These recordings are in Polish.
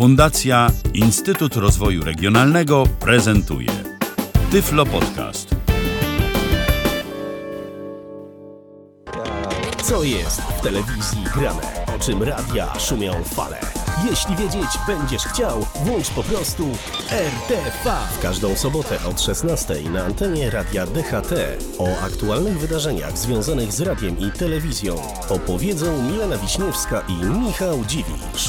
Fundacja Instytut Rozwoju Regionalnego prezentuje Tyflo Podcast. Co jest w telewizji grane? O czym radia szumią fale? Jeśli wiedzieć będziesz chciał, włącz po prostu RTV. W każdą sobotę od 16 na antenie Radia DHT o aktualnych wydarzeniach związanych z radiem i telewizją opowiedzą Milena Wiśniewska i Michał Dziwisz.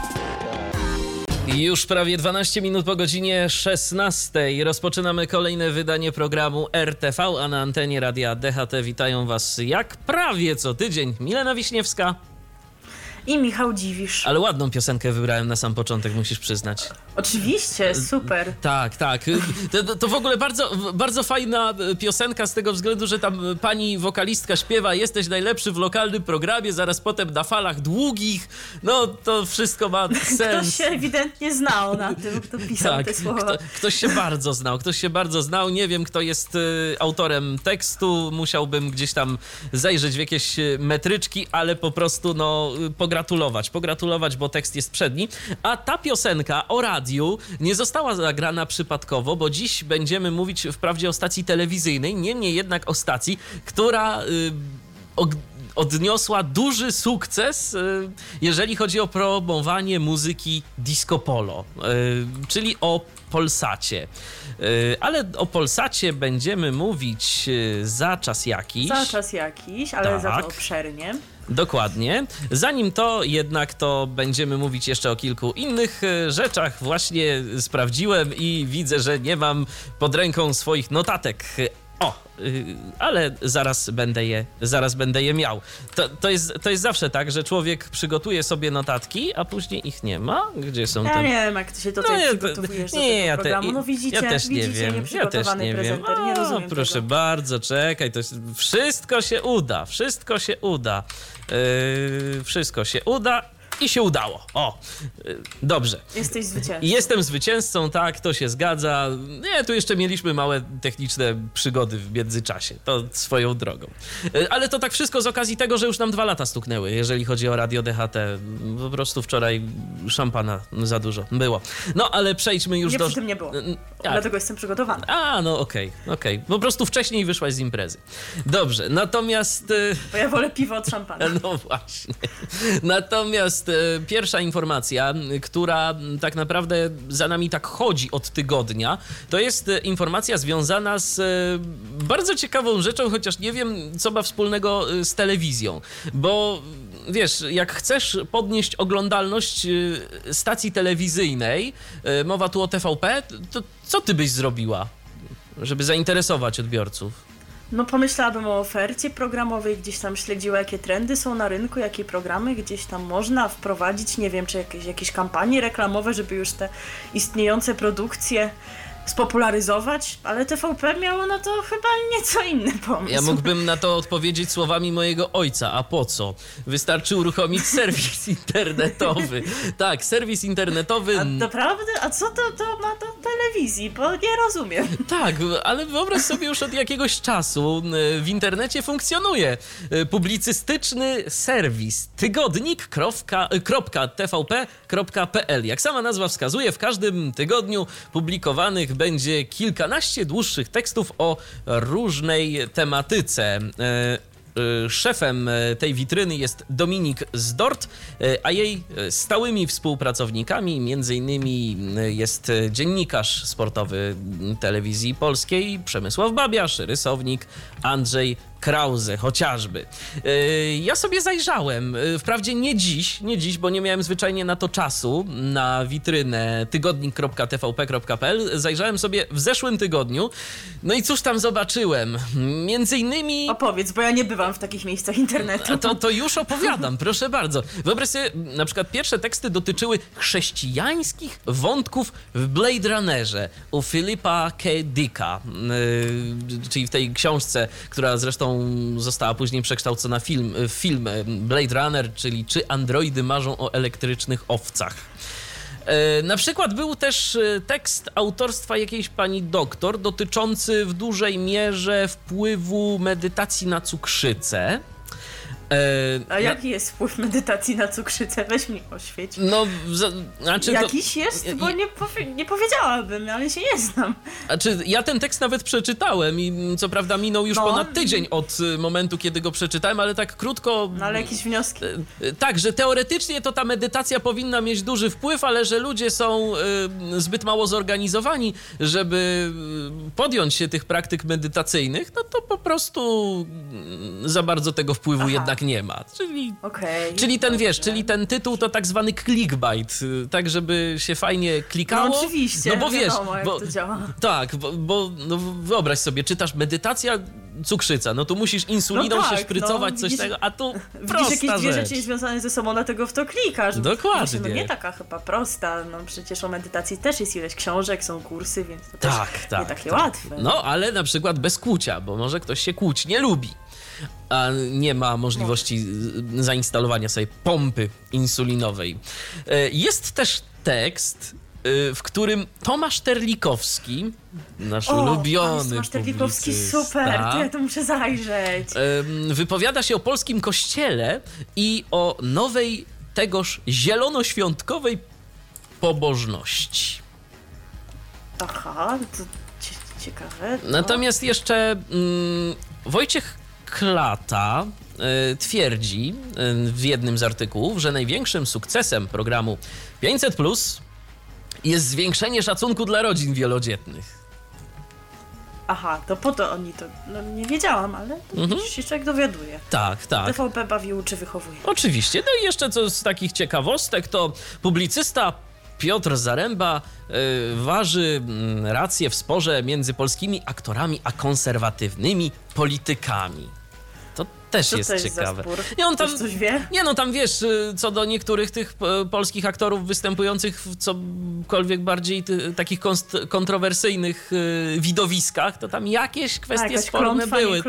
Już prawie 12 minut po godzinie 16 rozpoczynamy kolejne wydanie programu RTV, a na antenie Radia DHT witają Was jak prawie co tydzień Milena Wiśniewska i Michał Dziwisz. Ale ładną piosenkę wybrałem na sam początek, musisz przyznać. Oczywiście, super. Tak. To w ogóle bardzo fajna piosenka z tego względu, że tam pani wokalistka śpiewa: jesteś najlepszy w lokalnym programie, zaraz potem na falach długich. No to wszystko ma sens. Ktoś się ewidentnie znał na tym, kto pisał te słowa. Ktoś się bardzo znał. Nie wiem, kto jest autorem tekstu. Musiałbym gdzieś tam zajrzeć w jakieś metryczki, ale po prostu pogratulować, bo tekst jest przedni. A ta piosenka o radiu nie została zagrana przypadkowo, bo dziś będziemy mówić wprawdzie o stacji telewizyjnej, niemniej jednak o stacji, która odniosła duży sukces, jeżeli chodzi o promowanie muzyki disco polo, czyli o Polsacie. Ale o Polsacie będziemy mówić za czas jakiś. Ale tak. za to obszernie. Dokładnie. Zanim to jednak to będziemy mówić jeszcze o kilku innych rzeczach. Właśnie sprawdziłem i widzę, że nie mam pod ręką swoich notatek. Ale zaraz będę je miał. To jest zawsze tak, że człowiek przygotuje sobie notatki, a później ich nie ma. Gdzie są te... Ja nie wiem, jak ty się przygotowujesz do tego programu. No widzicie, ja też nie wiem. Nieprzygotowany prezenter, nie rozumiem proszę tego. bardzo, czekaj, wszystko się uda. Wszystko się uda. I się udało. Dobrze. Jesteś zwycięzcą. Jestem zwycięzcą, tak, to się zgadza. Nie, tu jeszcze mieliśmy małe techniczne przygody w międzyczasie. To swoją drogą. Ale to tak wszystko z okazji tego, że już nam 2 lata stuknęły, jeżeli chodzi o Radio DHT. Po prostu wczoraj szampana za dużo było. No, ale przejdźmy już nie, przy tym nie było. Dlatego jestem przygotowany. Okej. Po prostu wcześniej wyszłaś z imprezy. Dobrze, natomiast... Bo ja wolę piwo od szampana. No właśnie. Natomiast pierwsza informacja, która tak naprawdę za nami tak chodzi od tygodnia, to jest informacja związana z bardzo ciekawą rzeczą, chociaż nie wiem, co ma wspólnego z telewizją, bo wiesz, jak chcesz podnieść oglądalność stacji telewizyjnej, mowa tu o TVP, to co ty byś zrobiła, żeby zainteresować odbiorców? No pomyślałabym o ofercie programowej, gdzieś tam śledziła, jakie trendy są na rynku, jakie programy gdzieś tam można wprowadzić, nie wiem, czy jakieś kampanie reklamowe, żeby już te istniejące produkcje spopularyzować, ale TVP miało na to chyba nieco inny pomysł. Ja mógłbym na to odpowiedzieć słowami mojego ojca. A po co? Wystarczy uruchomić serwis internetowy. Tak, serwis internetowy. A naprawdę? A co to ma do telewizji? Bo nie rozumiem. Tak, ale wyobraź sobie, już od jakiegoś czasu w internecie funkcjonuje publicystyczny serwis tygodnik.tvp.pl. Jak sama nazwa wskazuje, w każdym tygodniu publikowanych będzie kilkanaście dłuższych tekstów o różnej tematyce. Szefem tej witryny jest Dominik Zdort, a jej stałymi współpracownikami między innymi jest dziennikarz sportowy Telewizji Polskiej Przemysław Babiarz, rysownik Andrzej Krause chociażby. Ja sobie zajrzałem, wprawdzie nie dziś, bo nie miałem zwyczajnie na to czasu, na witrynę tygodnik.tvp.pl. Zajrzałem sobie w zeszłym tygodniu. No i cóż tam zobaczyłem? Między innymi... Opowiedz, bo ja nie bywam w takich miejscach internetu. To już opowiadam, proszę bardzo. Wyobraź sobie, na przykład pierwsze teksty dotyczyły chrześcijańskich wątków w Blade Runnerze u Philipa K. Dicka, czyli w tej książce, która zresztą została później przekształcona w film Blade Runner, czyli Czy androidy marzą o elektrycznych owcach. Na przykład był też tekst autorstwa jakiejś pani doktor dotyczący w dużej mierze wpływu medytacji na cukrzycę. A jaki jest wpływ medytacji na cukrzycę? Weź mi oświeć. No, znaczy Jakiś jest? Bo nie powiedziałabym, ale się nie znam. Znaczy, ja ten tekst nawet przeczytałem i co prawda minął już ponad tydzień od momentu, kiedy go przeczytałem, ale tak krótko... No ale jakieś wnioski? Tak, że teoretycznie to ta medytacja powinna mieć duży wpływ, ale że ludzie są zbyt mało zorganizowani, żeby podjąć się tych praktyk medytacyjnych, no to po prostu za bardzo tego wpływu jednak nie ma. Czyli ten, wiesz, czyli ten tytuł to tak zwany clickbait, tak żeby się fajnie klikało. No oczywiście, no bo wiesz, wiadomo, jak to działa. Tak, bo no wyobraź sobie, czytasz medytacja, cukrzyca, no to musisz insuliną się szprycować, coś tego, a tu prosta jakieś dwie rzecz. rzeczy związane ze sobą, dlatego w to klikasz. Dokładnie. No nie taka chyba prosta, no przecież o medytacji też jest ileś książek, są kursy, więc to też nie takie łatwe. No, ale na przykład bez kłucia, bo może ktoś się kłuć nie lubi, a nie ma możliwości zainstalowania sobie pompy insulinowej. Jest też tekst, w którym Tomasz Terlikowski, nasz ulubiony Tomasz Terlikowski, publicysta, super, to ja to muszę zajrzeć. Wypowiada się o polskim kościele i o nowej tegoż zielonoświątkowej pobożności. Aha, to ciekawe. To... Natomiast jeszcze Wojciech Klata twierdzi w jednym z artykułów, że największym sukcesem programu 500+ jest zwiększenie szacunku dla rodzin wielodzietnych. Aha, to po to oni to... No nie wiedziałam, ale się człowiek dowiaduje. Tak. TVP bawi, uczy, wychowuje. Oczywiście. No i jeszcze co z takich ciekawostek, to publicysta Piotr Zaręba waży rację w sporze między polskimi aktorami a konserwatywnymi politykami. To też jest ciekawe. Nie, on tam coś wie? Nie, no tam wiesz, co do niektórych tych polskich aktorów występujących w cokolwiek bardziej takich kontrowersyjnych widowiskach, to tam jakieś kwestie sporne były.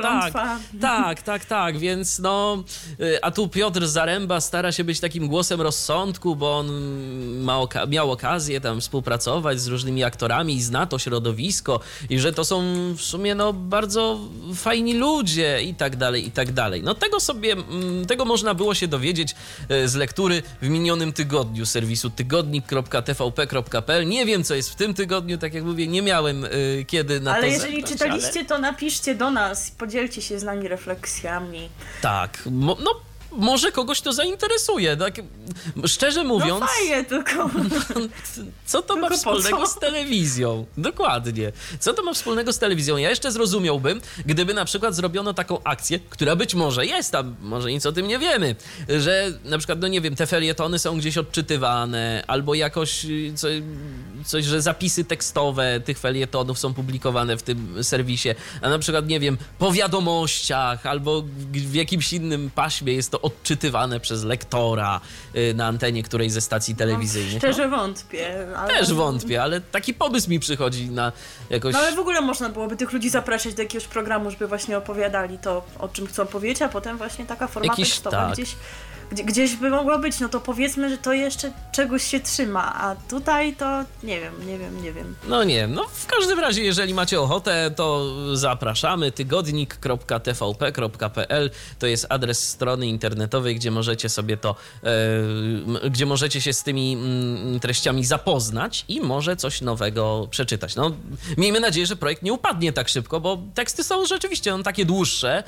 Tak, więc no, a tu Piotr Zaręba stara się być takim głosem rozsądku, bo on miał okazję tam współpracować z różnymi aktorami i zna to środowisko i że to są w sumie no bardzo fajni ludzie i tak dalej. No tego można było się dowiedzieć z lektury w minionym tygodniu serwisu tygodnik.tvp.pl. Nie wiem, co jest w tym tygodniu, tak jak mówię, nie miałem kiedy na to Ale jeżeli czytaliście, to napiszcie do nas, podzielcie się z nami refleksjami. Tak, może kogoś to zainteresuje, tak? Szczerze mówiąc... No fajnie, tylko... Co to ma wspólnego z telewizją? Dokładnie. Co to ma wspólnego z telewizją? Ja jeszcze zrozumiałbym, gdyby na przykład zrobiono taką akcję, która być może jest tam, może nic o tym nie wiemy, że na przykład, no nie wiem, te felietony są gdzieś odczytywane, albo jakoś coś, że zapisy tekstowe tych felietonów są publikowane w tym serwisie, a na przykład, nie wiem, po wiadomościach, albo w jakimś innym paśmie jest to odczytywane przez lektora na antenie którejś ze stacji telewizyjnych. Szczerze wątpię. Ale... Też wątpię, ale taki pomysł mi przychodzi na jakoś... No ale w ogóle można byłoby tych ludzi zapraszać do jakiegoś programu, żeby właśnie opowiadali to, o czym chcą powiedzieć, a potem właśnie taka forma tekstowa gdzieś by mogła być. No to powiedzmy, że to jeszcze czegoś się trzyma, a tutaj to nie wiem. No nie, no w każdym razie, jeżeli macie ochotę, to zapraszamy. tygodnik.tvp.pl to jest adres strony internetowej, gdzie możecie sobie gdzie możecie się z tymi treściami zapoznać i może coś nowego przeczytać. No, miejmy nadzieję, że projekt nie upadnie tak szybko, bo teksty są rzeczywiście takie dłuższe.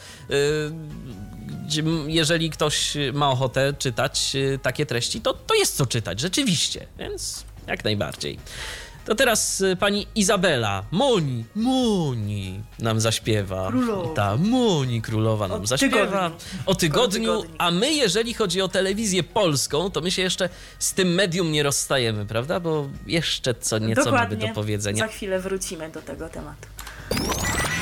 Jeżeli ktoś ma ochotę czytać takie treści, to jest co czytać, rzeczywiście, więc jak najbardziej. To teraz pani Izabela, Moni nam zaśpiewa. Moni Królowa nam zaśpiewa o tygodniu, a my, jeżeli chodzi o telewizję polską, to my się jeszcze z tym medium nie rozstajemy, prawda? Bo jeszcze nieco mamy do powiedzenia. Za chwilę wrócimy do tego tematu.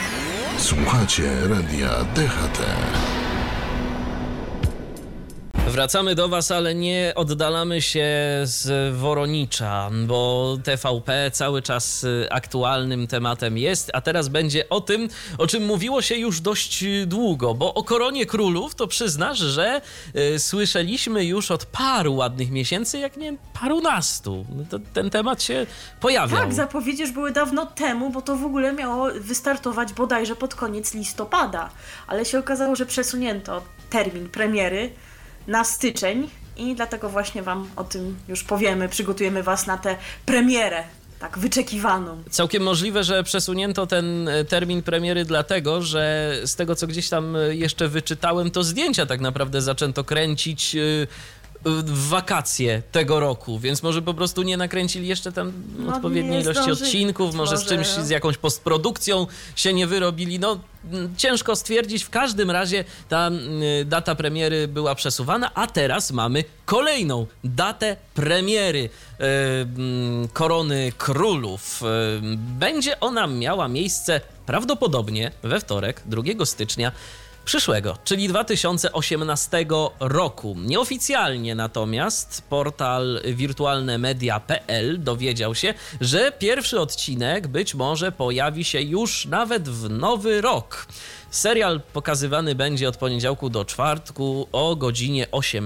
Słuchacie Radia DHT. Wracamy do Was, ale nie oddalamy się z Woronicza, bo TVP cały czas aktualnym tematem jest, a teraz będzie o tym, o czym mówiło się już dość długo, bo o Koronie Królów to przyznasz, że słyszeliśmy już od paru ładnych miesięcy, jak nie parunastu. Ten temat się pojawiał. Tak, zapowiedzi już były dawno temu, bo to w ogóle miało wystartować bodajże pod koniec listopada, ale się okazało, że przesunięto termin premiery na styczeń i dlatego właśnie Wam o tym już powiemy, przygotujemy Was na tę premierę, tak wyczekiwaną. Całkiem możliwe, że przesunięto ten termin premiery dlatego, że z tego, co gdzieś tam jeszcze wyczytałem, to zdjęcia tak naprawdę zaczęto kręcić w wakacje tego roku, więc może po prostu nie nakręcili jeszcze tam odpowiedniej ilości odcinków, może z czymś, z jakąś postprodukcją się nie wyrobili, no ciężko stwierdzić, w każdym razie ta data premiery była przesuwana, a teraz mamy kolejną datę premiery Korony Królów. Będzie ona miała miejsce prawdopodobnie we wtorek, 2 stycznia przyszłego, czyli 2018 roku. Nieoficjalnie natomiast portal wirtualnemedia.pl dowiedział się, że pierwszy odcinek być może pojawi się już nawet w nowy rok. Serial pokazywany będzie od poniedziałku do czwartku o godzinie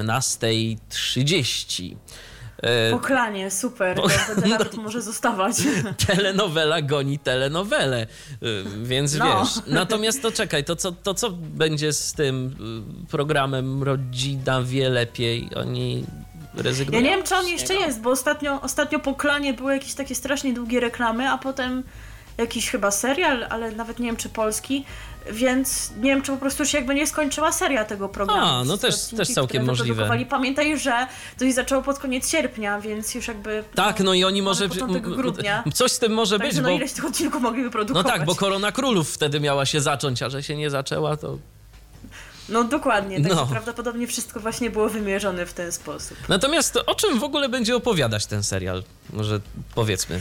18:30. Poklanie, super, to nawet może zostawać. Telenowela goni telenowelę, więc wiesz. Natomiast to czekaj, to co będzie z tym programem Rodzina wie lepiej? Oni rezygnują? Ja nie wiem, czy on jeszcze jest, bo ostatnio Poklanie były jakieś takie strasznie długie reklamy, a potem jakiś chyba serial, ale nawet nie wiem, czy polski, więc nie wiem, czy po prostu się jakby nie skończyła seria tego programu. A, no też całkiem możliwe. Pamiętaj, że to się zaczęło pod koniec sierpnia, więc już jakby... Tak, no i oni może... początek grudnia. Coś z tym może być, bo... ileś tych odcinków mogli wyprodukować. No tak, bo Korona Królów wtedy miała się zacząć, a że się nie zaczęła, to... No dokładnie, także prawdopodobnie wszystko właśnie było wymierzone w ten sposób. Natomiast o czym w ogóle będzie opowiadać ten serial? Może powiedzmy.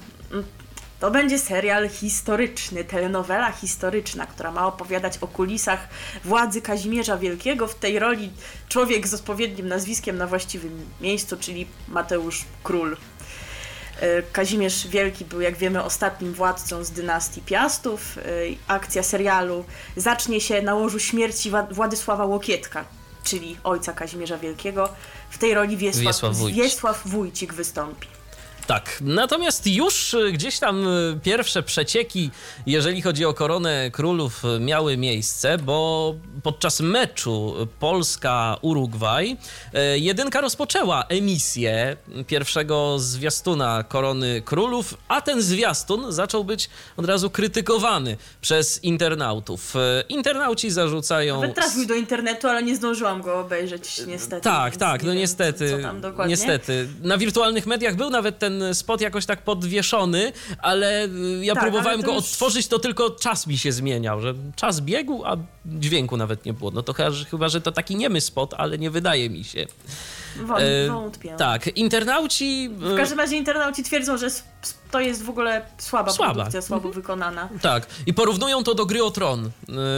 To będzie serial historyczny, telenowela historyczna, która ma opowiadać o kulisach władzy Kazimierza Wielkiego. W tej roli człowiek z odpowiednim nazwiskiem na właściwym miejscu, czyli Mateusz Król. Kazimierz Wielki był, jak wiemy, ostatnim władcą z dynastii Piastów. Akcja serialu zacznie się na łożu śmierci Władysława Łokietka, czyli ojca Kazimierza Wielkiego. W tej roli Wiesław Wójcik wystąpi. Tak, natomiast już gdzieś tam pierwsze przecieki, jeżeli chodzi o Koronę Królów, miały miejsce, bo podczas meczu Polska-Urugwaj Jedynka rozpoczęła emisję pierwszego zwiastuna Korony Królów, a ten zwiastun zaczął być od razu krytykowany przez internautów. Internauci zarzucają... Nawet trafił do internetu, ale nie zdążyłam go obejrzeć niestety. Tak, no niestety. Co tam dokładnie? Niestety. Na wirtualnych mediach był nawet ten spot jakoś tak podwieszony, ale ja próbowałem go odtworzyć, to tylko czas mi się zmieniał, że czas biegł, a dźwięku nawet nie było. No to chyba, że to taki niemy spot, ale nie wydaje mi się. Wątpię. Tak, internauci... W każdym razie internauci twierdzą, że to jest w ogóle słaba produkcja, słabo wykonana. Tak, i porównują to do Gry o Tron.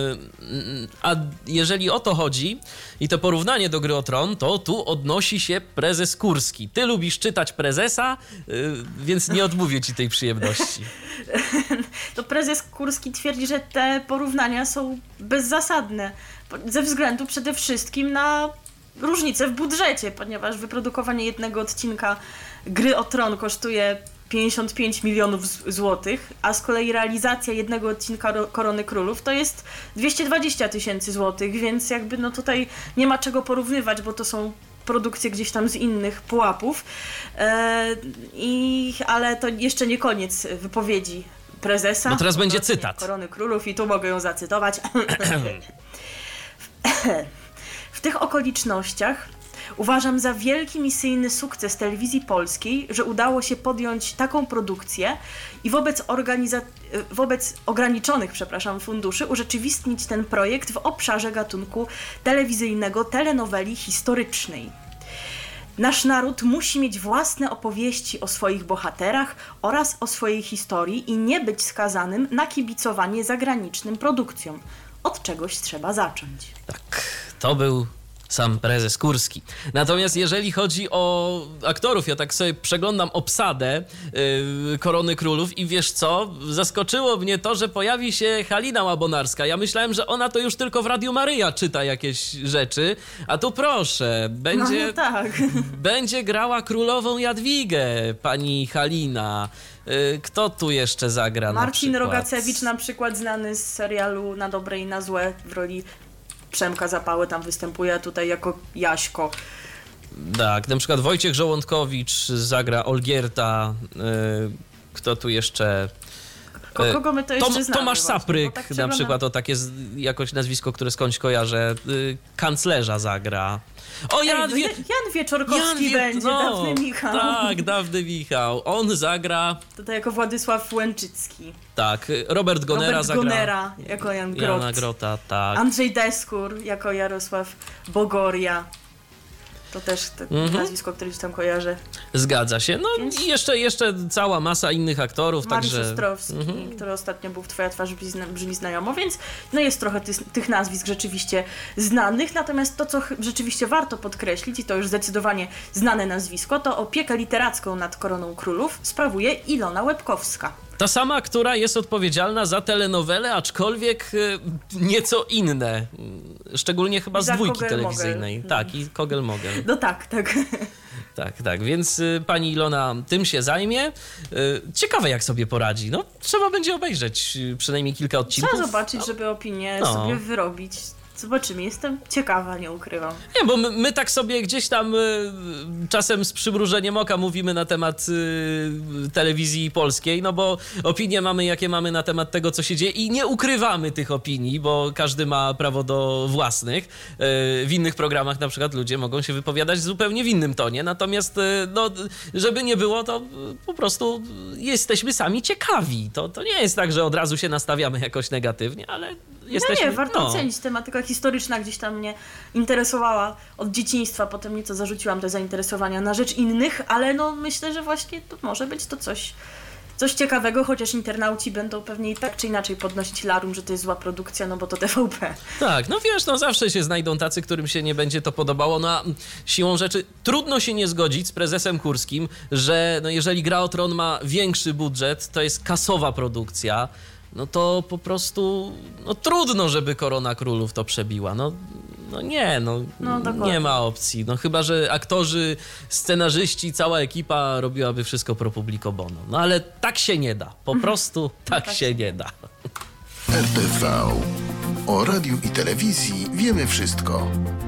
A jeżeli o to chodzi i to porównanie do Gry o Tron, to tu odnosi się prezes Kurski. Ty lubisz czytać prezesa, więc nie odmówię ci tej przyjemności. To prezes Kurski twierdzi, że te porównania są bezzasadne, ze względu przede wszystkim na różnice w budżecie, ponieważ wyprodukowanie jednego odcinka Gry o Tron kosztuje 55 milionów złotych, a z kolei realizacja jednego odcinka Korony Królów to jest 220 tysięcy złotych, więc jakby no tutaj nie ma czego porównywać, bo to są produkcje gdzieś tam z innych pułapów. Ale to jeszcze nie koniec wypowiedzi prezesa. Bo teraz będzie cytat. Korony Królów i tu mogę ją zacytować. W tych okolicznościach uważam za wielki misyjny sukces telewizji polskiej, że udało się podjąć taką produkcję i wobec ograniczonych funduszy urzeczywistnić ten projekt w obszarze gatunku telewizyjnego telenoweli historycznej. Nasz naród musi mieć własne opowieści o swoich bohaterach oraz o swojej historii i nie być skazanym na kibicowanie zagranicznym produkcjom. Od czegoś trzeba zacząć. Tak, to był Sam prezes Kurski. Natomiast jeżeli chodzi o aktorów, ja tak sobie przeglądam obsadę Korony Królów i wiesz co? Zaskoczyło mnie to, że pojawi się Halina Łabonarska. Ja myślałem, że ona to już tylko w Radiu Maryja czyta jakieś rzeczy, a tu proszę, będzie, No tak. będzie grała królową Jadwigę, pani Halina. Kto tu jeszcze zagra Marcin na przykład? Rogacewicz na przykład, znany z serialu Na dobre i na złe, w roli Przemka Zapały tam występuje, a tutaj jako Jaśko. Tak, na przykład Wojciech Żołądkowicz zagra Olgierta. Kto tu jeszcze? Kogo my to jeszcze znamy? Tomasz właśnie, Sapryk bo tak na przeglądam. przykład, to takie jakoś nazwisko, które skądś kojarzę. Kanclerza zagra. O, Jan Wieczorkowski będzie, dawny Michał. Tak, dawny Michał. On zagra, Tutaj jako Władysław Łęczycki. tak, Robert Gonera Robert zagra Gonera jako Jan Grot. Jana Grota, tak. Andrzej Deskur jako Jarosław Bogoria. To też nazwisko, które gdzieś tam kojarzę. Zgadza się. No Więc- i jeszcze cała masa innych aktorów, Mariusz także... Ostrowski, który ostatnio był w Twoja twarz brzmi znajomo, więc no jest trochę tych nazwisk rzeczywiście znanych, natomiast to, co rzeczywiście warto podkreślić, i to już zdecydowanie znane nazwisko, to opiekę literacką nad Koroną Królów sprawuje Ilona Łebkowska. Ta sama, która jest odpowiedzialna za telenowele, aczkolwiek nieco inne. Szczególnie chyba z Za dwójki Kogel telewizyjnej. Mogel. Tak, i Kogel Mogel. No tak. Tak. Więc pani Ilona tym się zajmie. Ciekawe, jak sobie poradzi. No, trzeba będzie obejrzeć przynajmniej kilka odcinków. Trzeba zobaczyć, żeby opinię No. sobie wyrobić. Zobaczymy, jestem ciekawa, nie ukrywam. Nie, bo my tak sobie gdzieś tam czasem z przymrużeniem oka mówimy na temat telewizji polskiej, no bo opinie mamy, jakie mamy na temat tego, co się dzieje i nie ukrywamy tych opinii, bo każdy ma prawo do własnych. W innych programach na przykład ludzie mogą się wypowiadać zupełnie w innym tonie, natomiast no, żeby nie było, to po prostu jesteśmy sami ciekawi. To nie jest tak, że od razu się nastawiamy jakoś negatywnie, ale jesteśmy... No nie, warto ocenić. Tematyka historyczna gdzieś tam mnie interesowała od dzieciństwa, potem nieco zarzuciłam te zainteresowania na rzecz innych, ale no myślę, że właśnie to może być to coś ciekawego, chociaż internauci będą pewnie i tak czy inaczej podnosić larum, że to jest zła produkcja, no bo to TVP. Tak, no wiesz, no zawsze się znajdą tacy, którym się nie będzie to podobało. No a siłą rzeczy trudno się nie zgodzić z prezesem Kurskim, że no jeżeli Gra o Tron ma większy budżet, to jest kasowa produkcja, no to po prostu no trudno, żeby Korona Królów to przebiła. No dokładnie. nie ma opcji. No chyba, że aktorzy, scenarzyści, cała ekipa robiłaby wszystko pro publico bono. No ale tak się nie da. Po prostu tak się nie da. RTV. O radiu i telewizji wiemy wszystko.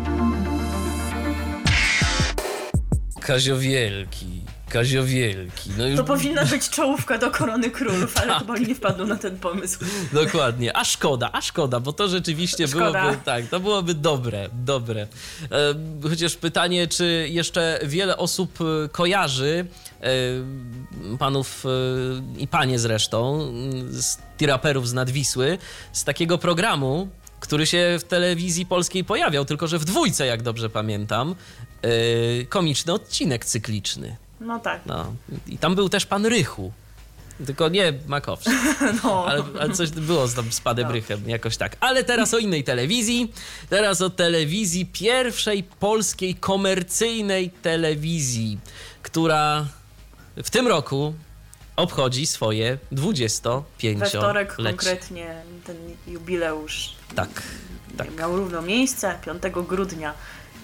Kaziowielki. No już... To powinna być czołówka do Korony Królów, ale chyba oni nie wpadną na ten pomysł. Dokładnie. A szkoda, bo to rzeczywiście Szkoda. byłoby, tak, to byłoby dobre. Chociaż pytanie, czy jeszcze wiele osób kojarzy, panów i panie zresztą, z tiraperów z Nadwisły, z takiego programu, który się w telewizji polskiej pojawiał, tylko że w dwójce, jak dobrze pamiętam, komiczny odcinek cykliczny. No tak. No. I tam był też pan Rychu. Tylko nie Makowski. No. Ale coś było z panem Rychem, jakoś tak. Ale teraz o innej telewizji. Teraz o telewizji, pierwszej polskiej komercyjnej telewizji, która w tym roku obchodzi swoje 25-lecie. We wtorek konkretnie ten jubileusz Tak. miał równo miejsce. 5 grudnia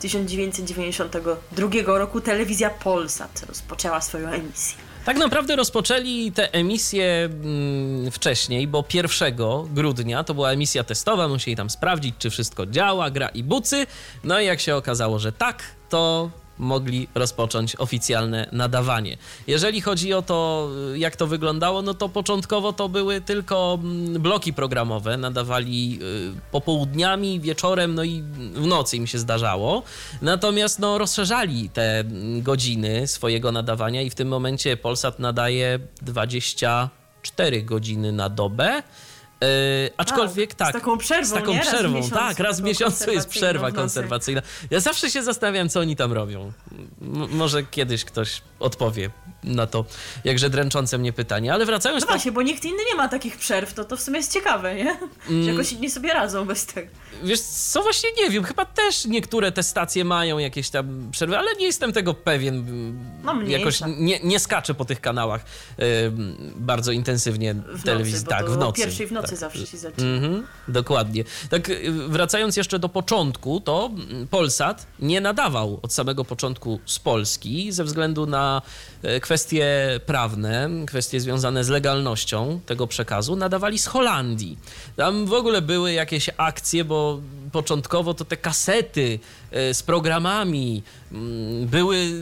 1992 roku telewizja Polsat rozpoczęła swoją emisję. Tak naprawdę rozpoczęli tę emisję wcześniej, bo 1 grudnia to była emisja testowa, musieli tam sprawdzić, czy wszystko działa, gra i bucy. No i jak się okazało, że tak, to mogli rozpocząć oficjalne nadawanie. Jeżeli chodzi o to, jak to wyglądało, no to początkowo to były tylko bloki programowe, nadawali popołudniami, wieczorem, no i w nocy im się zdarzało. Natomiast no rozszerzali te godziny swojego nadawania i w tym momencie Polsat nadaje 24 godziny na dobę. Aczkolwiek tak. Z taką przerwą, Z taką nie? przerwą, tak. Raz w miesiącu jest przerwa w nocy. konserwacyjna. Ja zawsze się zastanawiam, co oni tam robią. Może kiedyś ktoś odpowie na to jakże dręczące mnie pytanie. Ale wracając... No właśnie, bo nikt inny nie ma takich przerw, to w sumie jest ciekawe, nie? Że jakoś inni sobie radzą bez tego. Wiesz co, właśnie nie wiem, chyba też niektóre te stacje mają jakieś tam przerwy, ale nie jestem tego pewien. No mniejsza. Jakoś nie skaczę po tych kanałach bardzo intensywnie w telewizji. Bo tak, to w nocy. o pierwszej w nocy tak. zawsze się zaczyna. Dokładnie. Tak, wracając jeszcze do początku, to Polsat nie nadawał od samego początku z Polski ze względu na kwestie prawne, kwestie związane z legalnością tego przekazu, nadawali z Holandii. Tam w ogóle były jakieś akcje, bo początkowo to te kasety z programami były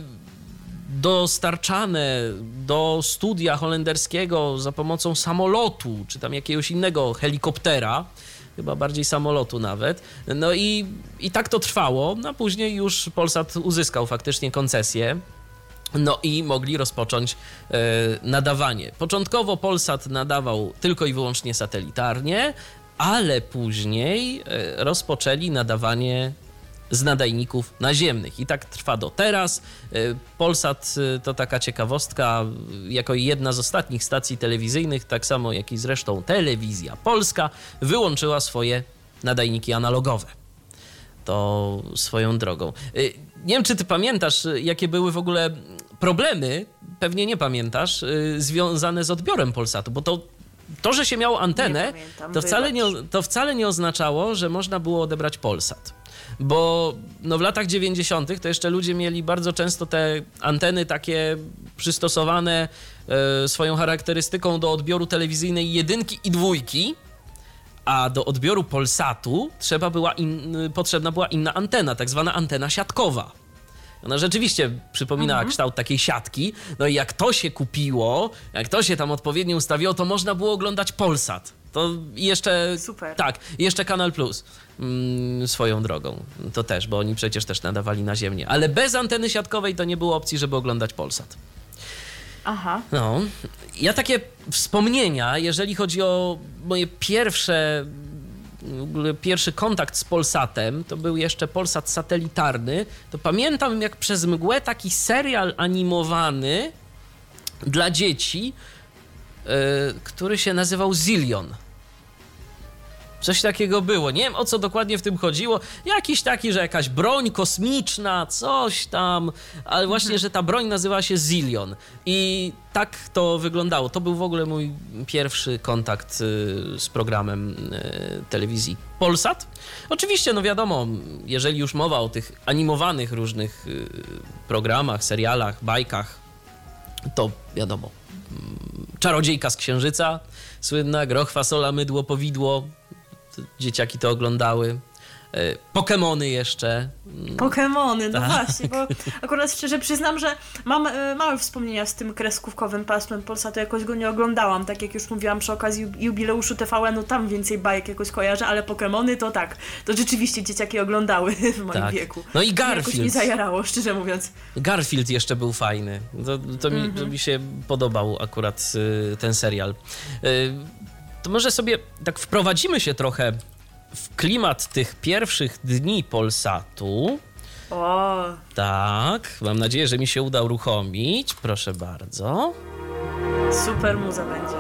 dostarczane do studia holenderskiego za pomocą samolotu, czy tam jakiegoś innego helikoptera, chyba bardziej samolotu nawet. No i tak to trwało, a później już Polsat uzyskał faktycznie koncesję. No i mogli rozpocząć nadawanie. Początkowo Polsat nadawał tylko i wyłącznie satelitarnie, ale później rozpoczęli nadawanie z nadajników naziemnych. I tak trwa do teraz. Polsat to taka ciekawostka, jako jedna z ostatnich stacji telewizyjnych, tak samo jak i zresztą Telewizja Polska, wyłączyła swoje nadajniki analogowe. To swoją drogą. Nie wiem, czy ty pamiętasz, jakie były w ogóle problemy, pewnie nie pamiętasz, związane z odbiorem Polsatu, bo to, że się miało antenę, to wcale nie oznaczało, że można było odebrać Polsat. Bo w latach 90. to jeszcze ludzie mieli bardzo często te anteny takie przystosowane swoją charakterystyką do odbioru telewizyjnej 1 i 2, a do odbioru Polsatu potrzebna była inna antena, tak zwana antena siatkowa. Ona rzeczywiście przypominała kształt takiej siatki. No i jak to się kupiło, jak to się tam odpowiednio ustawiło, to można było oglądać Polsat. To jeszcze... Super. Tak, jeszcze Kanal Plus swoją drogą. To też, bo oni przecież też nadawali na ziemię. Ale bez anteny siatkowej to nie było opcji, żeby oglądać Polsat. Aha. No, ja takie wspomnienia, jeżeli chodzi o moje pierwszy kontakt z Polsatem, to był jeszcze Polsat satelitarny, to pamiętam jak przez mgłę taki serial animowany dla dzieci, który się nazywał Zillion. Coś takiego było. Nie wiem, o co dokładnie w tym chodziło. Jakiś taki, że jakaś broń kosmiczna, coś tam, ale właśnie, że ta broń nazywała się Zillion. I tak to wyglądało. To był w ogóle mój pierwszy kontakt z programem telewizji Polsat. Oczywiście, no wiadomo, jeżeli już mowa o tych animowanych różnych programach, serialach, bajkach, to wiadomo, Czarodziejka z Księżyca, słynna, Groch, fasola, mydło, powidło. Dzieciaki to oglądały. Pokemony jeszcze. Pokemony, no właśnie, bo akurat szczerze przyznam, że mam małe wspomnienia z tym kreskówkowym pasmem Polsatu, jakoś go nie oglądałam, tak jak już mówiłam przy okazji jubileuszu TVN-u, tam więcej bajek jakoś kojarzę, ale Pokemony to tak, to rzeczywiście dzieciaki oglądały w moim wieku. No i Garfield. Jakoś mi zajarało, szczerze mówiąc. Garfield jeszcze był fajny. To mi się podobał akurat ten serial. To może sobie tak wprowadzimy się trochę w klimat tych pierwszych dni Polsatu. O. Tak, mam nadzieję, że mi się uda uruchomić. Proszę bardzo. Super muza będzie.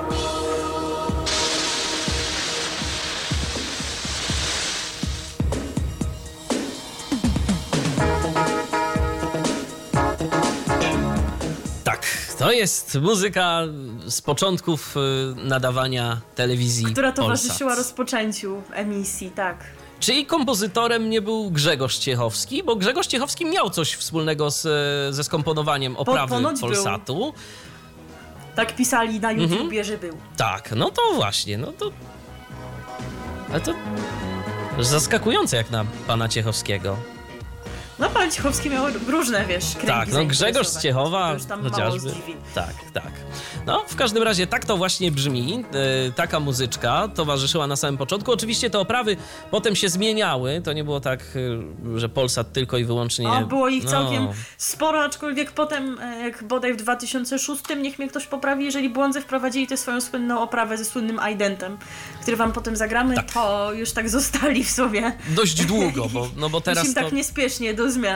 To jest muzyka z początków nadawania telewizji która towarzyszyła Polsat. rozpoczęciu emisji, tak. Czyli kompozytorem nie był Grzegorz Ciechowski, bo Grzegorz Ciechowski miał coś wspólnego ze skomponowaniem oprawy Polsatu. Był. Tak pisali na YouTubie, że był. Tak, no to właśnie, no to... Ale to zaskakujące jak na pana Ciechowskiego. No pan Ciechowski miał różne, kręgi. Tak, no Grzegorz z Ciechowa już tam chociażby. Tak. No, w każdym razie tak to właśnie brzmi. Taka muzyczka towarzyszyła na samym początku. Oczywiście te oprawy potem się zmieniały. To nie było tak, że Polsat tylko i wyłącznie... No, było ich całkiem sporo, aczkolwiek potem, jak bodaj w 2006, niech mnie ktoś poprawi, jeżeli błądzę, wprowadzili tę swoją słynną oprawę ze słynnym iDentem, który wam potem zagramy, tak. To już tak zostali w sobie. Dość długo, bo teraz to... tak niespiesznie do zmian.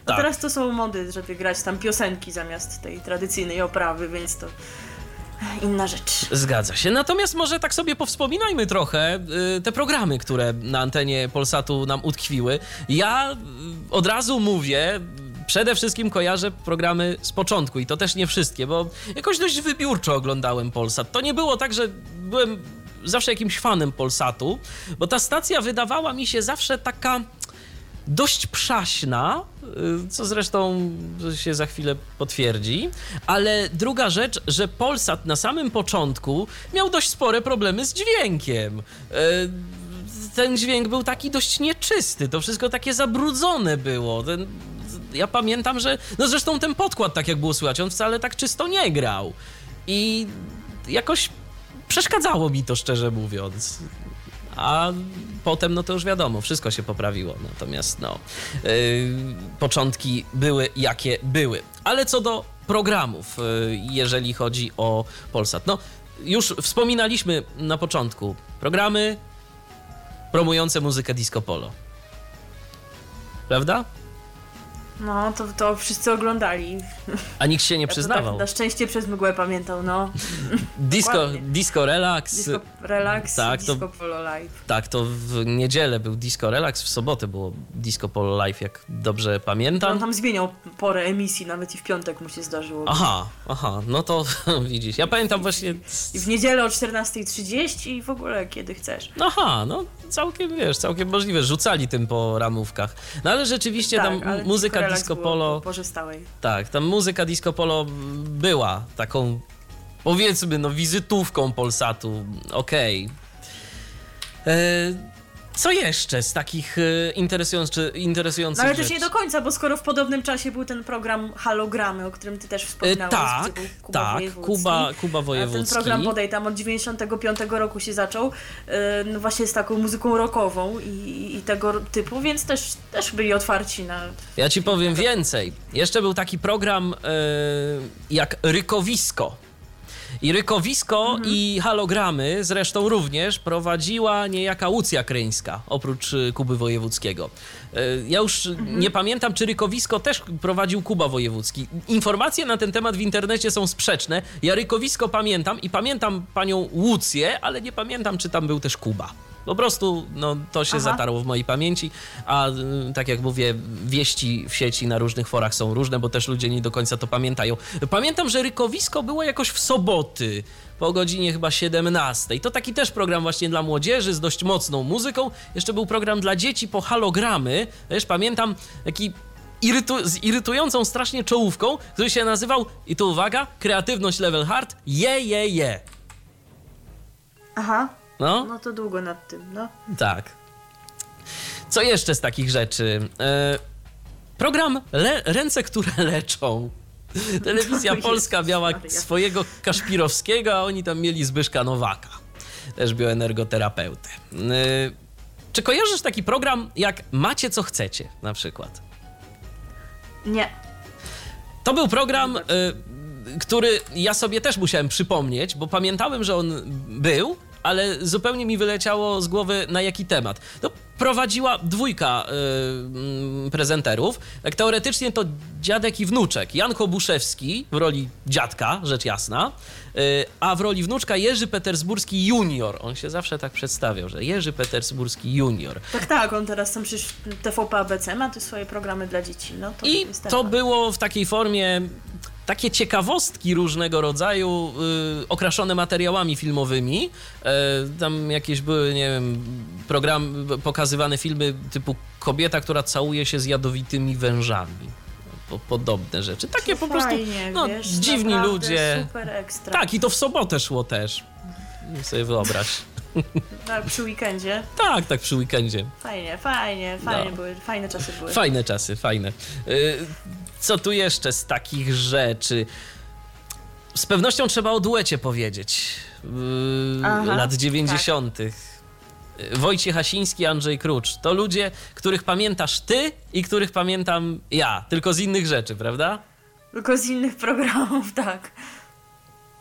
A Tak. teraz to są mody, żeby grać tam piosenki zamiast tej tradycyjnej oprawy, więc to inna rzecz. Zgadza się. Natomiast może tak sobie powspominajmy trochę te programy, które na antenie Polsatu nam utkwiły. Ja od razu mówię, przede wszystkim kojarzę programy z początku i to też nie wszystkie, bo jakoś dość wybiórczo oglądałem Polsat. To nie było tak, że byłem zawsze jakimś fanem Polsatu, bo ta stacja wydawała mi się zawsze taka dość przaśna, co zresztą się za chwilę potwierdzi, ale druga rzecz, że Polsat na samym początku miał dość spore problemy z dźwiękiem. Ten dźwięk był taki dość nieczysty, to wszystko takie zabrudzone było. Ja pamiętam, że no zresztą ten podkład, tak jak było słychać, on wcale tak czysto nie grał i jakoś przeszkadzało mi to, szczerze mówiąc. A potem, no to już wiadomo, wszystko się poprawiło. Natomiast, początki były jakie były. Ale co do programów, jeżeli chodzi o Polsat. No, już wspominaliśmy na początku. Programy promujące muzykę disco polo. Prawda? No, to wszyscy oglądali. A nikt się nie Ja to przyznawał. tak, na szczęście przez mgłę pamiętał, no. Disco Relax. Disco Relax, Tak, Disco Polo Live. Tak, to w niedzielę był Disco Relax, w sobotę było Disco Polo Live, jak dobrze pamiętam. On tam zmieniał porę emisji, nawet i w piątek mu się zdarzyło. Aha, no to widzisz, ja pamiętam właśnie... I w niedzielę o 14:30 i w ogóle kiedy chcesz. Aha, no całkiem możliwe, rzucali tym po ramówkach. No ale rzeczywiście tam ale muzyka Relax disco było polo... po stałej. Tak, tam muzyka disco polo była taką, powiedzmy, no wizytówką Polsatu, okej. Co jeszcze z takich interesujących No ale rzeczy? też nie do końca, bo skoro w podobnym czasie był ten program Halogramy, o którym ty też wspominałeś, Tak, gdzie był Kuba Wojewódzki. Kuba A Wojewódzki. ten program bodaj tam od 95 roku się zaczął, no właśnie z taką muzyką rockową i tego typu, więc też byli otwarci na... Ja ci powiem więcej. Jeszcze był taki program jak Rykowisko. I Rykowisko i Halogramy zresztą również prowadziła niejaka Łucja Kryńska, oprócz Kuby Wojewódzkiego. Ja już nie pamiętam, czy Rykowisko też prowadził Kuba Wojewódzki. Informacje na ten temat w internecie są sprzeczne. Ja Rykowisko pamiętam i pamiętam panią Łucję, ale nie pamiętam, czy tam był też Kuba. Po prostu no, to się zatarło w mojej pamięci, a tak jak mówię, wieści w sieci na różnych forach są różne, bo też ludzie nie do końca to pamiętają. Pamiętam, że Rykowisko było jakoś w soboty, po godzinie chyba 17. To taki też program właśnie dla młodzieży z dość mocną muzyką. Jeszcze był program dla dzieci po Halogramy. Też pamiętam taki z irytującą strasznie czołówką, który się nazywał, i tu uwaga, Kreatywność Level Hard, je. Aha, No. no to długo nad tym, no. Tak. Co jeszcze z takich rzeczy? Program Ręce, które leczą. Telewizja Jezus Polska miała Maria. swojego Kaszpirowskiego, a oni tam mieli Zbyszka Nowaka. Też bioenergoterapeutę. Czy kojarzysz taki program jak Macie co chcecie na przykład? Nie. To był program, który ja sobie też musiałem przypomnieć, bo pamiętałem, że on był, ale zupełnie mi wyleciało z głowy, na jaki temat. To prowadziła dwójka prezenterów. Tak teoretycznie to dziadek i wnuczek. Jan Kobuszewski w roli dziadka, rzecz jasna, a w roli wnuczka Jerzy Petersburski junior. On się zawsze tak przedstawiał, że Jerzy Petersburski junior. Tak, on teraz tam przecież w TVP ABC ma te swoje programy dla dzieci. No, to I jest to temat. było w takiej formie takie ciekawostki różnego rodzaju, okraszone materiałami filmowymi. Tam jakieś były, nie wiem, pokazywane filmy typu Kobieta, która całuje się z jadowitymi wężami. Podobne rzeczy. Takie po prostu Fajnie, no, wiesz, dziwni naprawdę ludzie. Super ekstra. Tak, i to w sobotę szło też. sobie wyobraź. Tak, przy weekendzie. Tak przy weekendzie. Fajnie No. były, fajne czasy były. Fajne czasy, fajne. Co tu jeszcze z takich rzeczy? Z pewnością trzeba o duecie powiedzieć. Lat 90. Tak. Wojciech Hasiński, Andrzej Krucz. To ludzie, których pamiętasz ty i których pamiętam ja. Tylko z innych rzeczy, prawda? Tylko z innych programów, tak.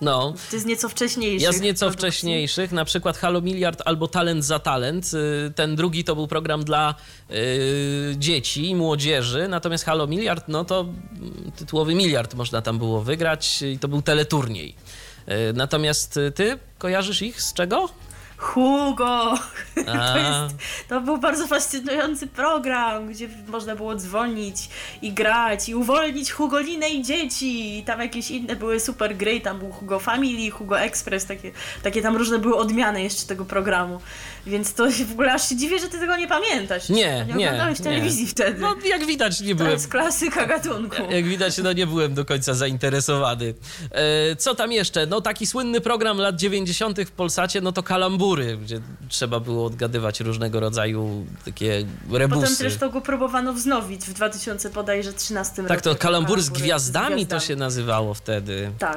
No. Ty z nieco wcześniejszych. Ja z nieco produkcji. wcześniejszych, na przykład Halo Miliard albo Talent za talent. Ten drugi to był program dla dzieci i młodzieży, natomiast Halo Miliard, no to tytułowy miliard można tam było wygrać i to był teleturniej. Natomiast ty kojarzysz ich z czego? Hugo! To był bardzo fascynujący program, gdzie można było dzwonić i grać i uwolnić Hugolinę i dzieci. I tam jakieś inne były super gry, tam był Hugo Family, Hugo Express, takie tam różne były odmiany jeszcze tego programu. Więc to w ogóle aż się dziwię, że ty tego nie pamiętasz. Nie oglądałeś telewizji wtedy. No jak widać nie To byłem. jest klasyka gatunku. Jak widać, no nie byłem do końca zainteresowany. Co tam jeszcze? No taki słynny program lat 90. w Polsacie, no to Kalambury, gdzie trzeba było odgadywać różnego rodzaju takie rebusy. Potem zresztą go próbowano wznowić w 2013 roku. Tak, to Kalambury z gwiazdami to się nazywało wtedy. Tak.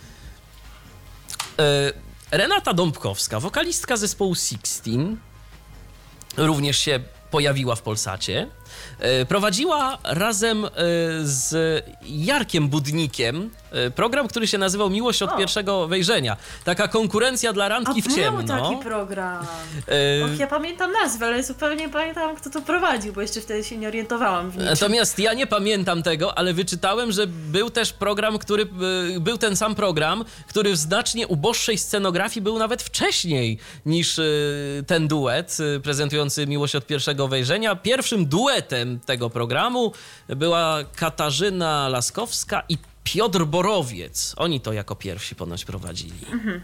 Renata Dąbkowska, wokalistka zespołu Sixteen, również się pojawiła w Polsacie. Prowadziła razem z Jarkiem Budnikiem program, który się nazywał Miłość od pierwszego wejrzenia. Taka konkurencja dla randki w ciemno. Był taki program. Ja pamiętam nazwę, ale zupełnie nie pamiętam, kto to prowadził, bo jeszcze wtedy się nie orientowałam w niczym. Natomiast ja nie pamiętam tego, ale wyczytałem, że był też program, był ten sam program, który w znacznie uboższej scenografii był nawet wcześniej niż ten duet prezentujący Miłość od pierwszego wejrzenia. Pierwszym duetem tego programu była Katarzyna Laskowska i Piotr Borowiec. Oni to jako pierwsi ponoć prowadzili.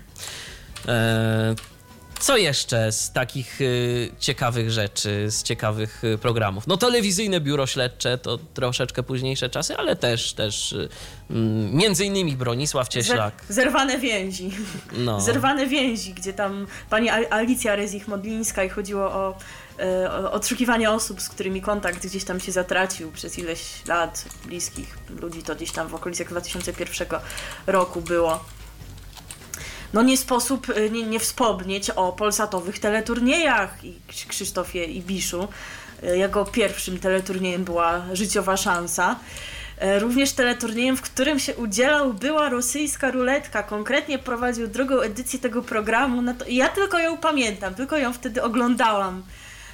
Co jeszcze z takich ciekawych rzeczy, z ciekawych programów? No telewizyjne biuro śledcze to troszeczkę późniejsze czasy, ale też między innymi Bronisław Cieślak. Zerwane więzi. No. Zerwane więzi, gdzie tam pani Alicja Rezich-Modlińska i chodziło o odszukiwanie osób, z którymi kontakt gdzieś tam się zatracił przez ileś lat, bliskich ludzi, to gdzieś tam w okolicach 2001 roku było. No nie sposób nie wspomnieć o polsatowych teleturniejach i Krzysztofie Ibiszu. Jego pierwszym teleturniejem była Życiowa szansa. Również teleturniejem, w którym się udzielał, była rosyjska ruletka. Konkretnie prowadził drugą edycję tego programu. Ja tylko ją pamiętam, tylko ją wtedy oglądałam.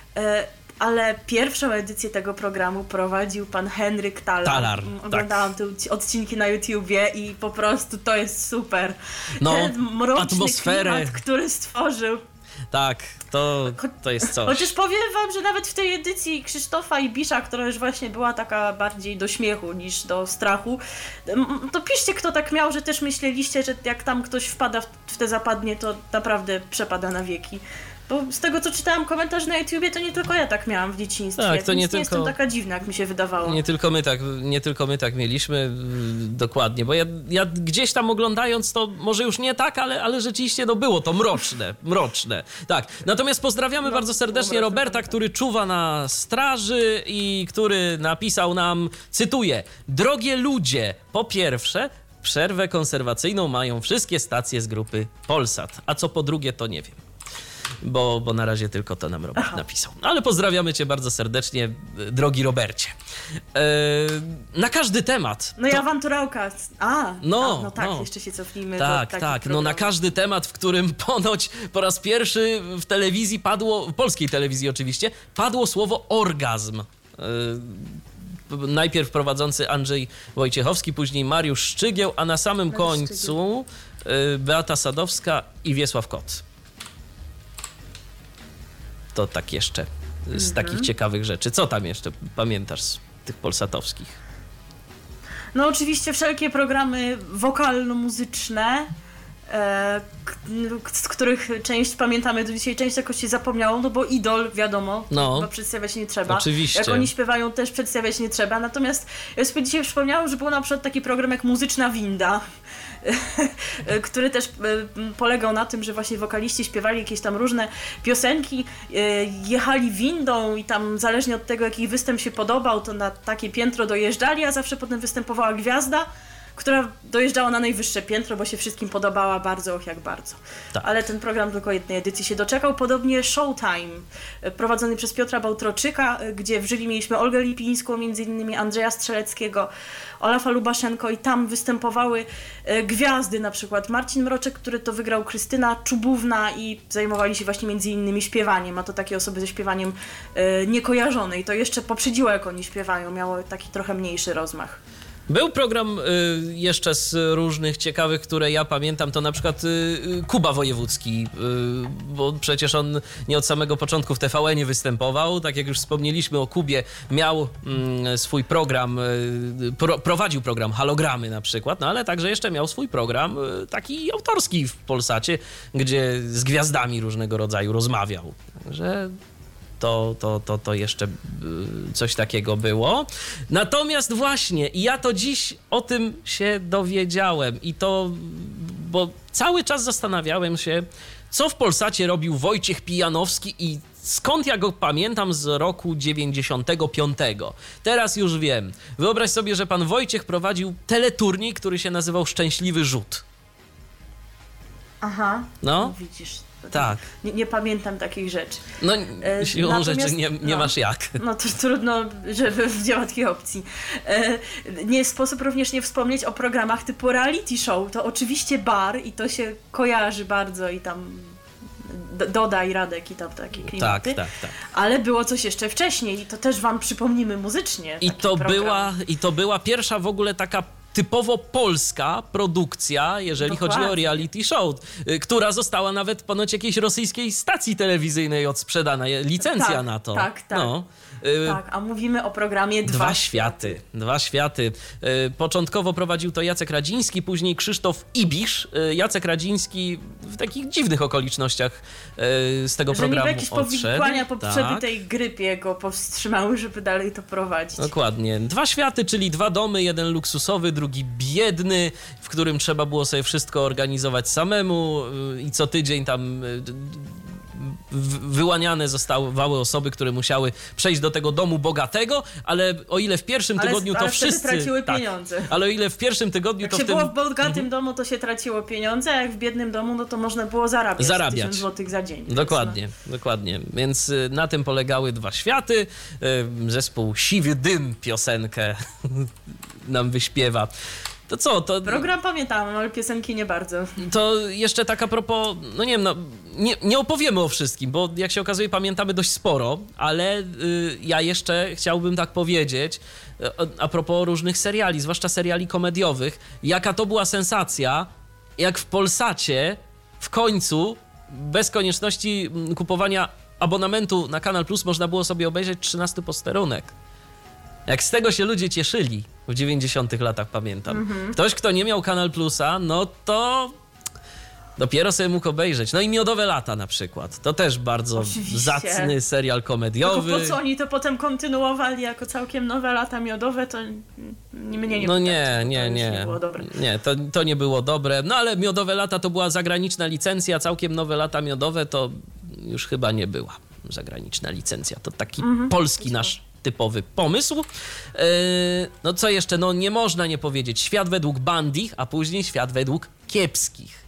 Ale pierwszą edycję tego programu prowadził pan Henryk Talar. Oglądałam te odcinki na YouTubie i po prostu to jest super. No, ten mroczny atmosferę, klimat, który stworzył. Tak, to jest coś. Chociaż powiem wam, że nawet w tej edycji Krzysztofa Ibisza, która już właśnie była taka bardziej do śmiechu niż do strachu, to piszcie, kto tak miał, że też myśleliście, że jak tam ktoś wpada w te zapadnie, to naprawdę przepada na wieki. Bo z tego, co czytałam komentarz na YouTubie, to nie tylko ja tak miałam w dzieciństwie. Tak, to nie jestem taka dziwna, jak mi się wydawało. Nie tylko my tak mieliśmy, dokładnie, bo ja gdzieś tam oglądając to, może już nie tak, ale rzeczywiście było to mroczne. Tak, natomiast pozdrawiamy bardzo serdecznie Roberta, który czuwa na straży i który napisał nam, cytuję: drogie ludzie, po pierwsze, przerwę konserwacyjną mają wszystkie stacje z grupy Polsat, a co po drugie, to nie wiem. Bo na razie tylko to nam Robert napisał. Ale pozdrawiamy cię bardzo serdecznie, drogi Robercie. Na każdy temat. No i awanturałka. Jeszcze się cofnijmy. Tak. No na każdy temat, w którym ponoć po raz pierwszy w telewizji w polskiej telewizji oczywiście, padło słowo orgazm. Najpierw prowadzący Andrzej Wojciechowski, później Mariusz Szczygieł, a na samym końcu Beata Sadowska i Wiesław Kot. To tak jeszcze z takich ciekawych rzeczy. Co tam jeszcze pamiętasz z tych polsatowskich? No oczywiście wszelkie programy wokalno-muzyczne, z których część pamiętamy do dzisiaj, część jakoś się zapomniało, no bo Idol, wiadomo, chyba przedstawiać nie trzeba. Oczywiście. Jak oni śpiewają, też przedstawiać nie trzeba. Natomiast ja sobie dzisiaj przypomniałam, że był na przykład taki program jak Muzyczna Winda, który też polegał na tym, że właśnie wokaliści śpiewali jakieś tam różne piosenki, jechali windą i tam zależnie od tego, jaki występ się podobał, to na takie piętro dojeżdżali, a zawsze potem występowała gwiazda, która dojeżdżała na najwyższe piętro, bo się wszystkim podobała bardzo, och jak bardzo. Tak. Ale ten program tylko jednej edycji się doczekał. Podobnie Showtime, prowadzony przez Piotra Bałtroczyka, gdzie w jury mieliśmy Olgę Lipińską, między innymi Andrzeja Strzeleckiego, Olafa Lubaszenko i tam występowały gwiazdy, na przykład Marcin Mroczek, który to wygrał, Krystyna Czubówna i zajmowali się właśnie między innymi śpiewaniem, a to takie osoby ze śpiewaniem niekojarzone i to jeszcze poprzedziło, jak oni śpiewają, miało taki trochę mniejszy rozmach. Był program jeszcze z różnych ciekawych, które ja pamiętam, to na przykład Kuba Wojewódzki, bo przecież on nie od samego początku w TVN-ie występował. Tak jak już wspomnieliśmy o Kubie, miał swój program, prowadził program Halogramy na przykład, no ale także jeszcze miał swój program taki autorski w Polsacie, gdzie z gwiazdami różnego rodzaju rozmawiał. Także to jeszcze coś takiego było. Natomiast właśnie, i ja to dziś o tym się dowiedziałem i to, bo cały czas zastanawiałem się, co w Polsacie robił Wojciech Pijanowski i skąd ja go pamiętam z roku 95. Teraz już wiem. Wyobraź sobie, że pan Wojciech prowadził teleturniej, który się nazywał Szczęśliwy Rzut. Aha, No, widzisz. tak. Nie pamiętam takich rzeczy. No, siłą rzeczy Natomiast, nie masz jak. No to trudno, żeby nie ma takiej opcji. Nie sposób również nie wspomnieć o programach typu reality show. To oczywiście Bar i to się kojarzy bardzo i tam Doda i Radek i tam takie klimaty. Tak. Ale było coś jeszcze wcześniej i to też wam przypomnimy muzycznie. I to była pierwsza w ogóle taka typowo polska produkcja, jeżeli chodzi o reality show, która została nawet ponoć jakiejś rosyjskiej stacji telewizyjnej odsprzedana, licencja na to. Tak. No. Tak, a mówimy o programie Dwa Światy. Dwa Światy. Początkowo prowadził to Jacek Radziński, później Krzysztof Ibisz. Jacek Radziński w takich dziwnych okolicznościach z tego programu jakieś odszedł. powikłania po przebytej grypie go powstrzymały, żeby dalej to prowadzić. Dokładnie. Dwa Światy, czyli dwa domy, jeden luksusowy, drugi biedny, w którym trzeba było sobie wszystko organizować samemu i co tydzień tam wyłaniane zostawały osoby, które musiały przejść do tego domu bogatego, ale o ile w pierwszym tygodniu to wszyscy traciły pieniądze. Ale o ile w pierwszym tygodniu jak to się w tym... było w bogatym domu, to się traciło pieniądze, a jak w biednym domu, no to można było zarabiać 1000 złotych za dzień. Dokładnie. Więc na tym polegały Dwa Światy. Zespół Siwy Dym piosenkę nam wyśpiewa. To co? Program pamiętam, ale piosenki nie bardzo. To jeszcze tak a propos, no nie wiem, nie opowiemy o wszystkim, bo jak się okazuje pamiętamy dość sporo, ale ja jeszcze chciałbym tak powiedzieć a propos różnych seriali, zwłaszcza seriali komediowych, jaka to była sensacja, jak w Polsacie w końcu bez konieczności kupowania abonamentu na Kanal Plus można było sobie obejrzeć 13 posterunek. Jak z tego się ludzie cieszyli w 90 latach, pamiętam. Ktoś, kto nie miał Kanal Plusa, no to dopiero sobie mógł obejrzeć. No i Miodowe Lata na przykład. To też bardzo zacny serial komediowy. Tylko po co oni to potem kontynuowali jako całkiem nowe lata miodowe, to mnie nie No nie było dobre. Nie, to nie było dobre. No ale Miodowe Lata to była zagraniczna licencja, całkiem nowe lata miodowe to już chyba nie była zagraniczna licencja. To taki polski nasz typowy pomysł. No co jeszcze? No nie można nie powiedzieć. Świat według Bandich, a później Świat według Kiepskich.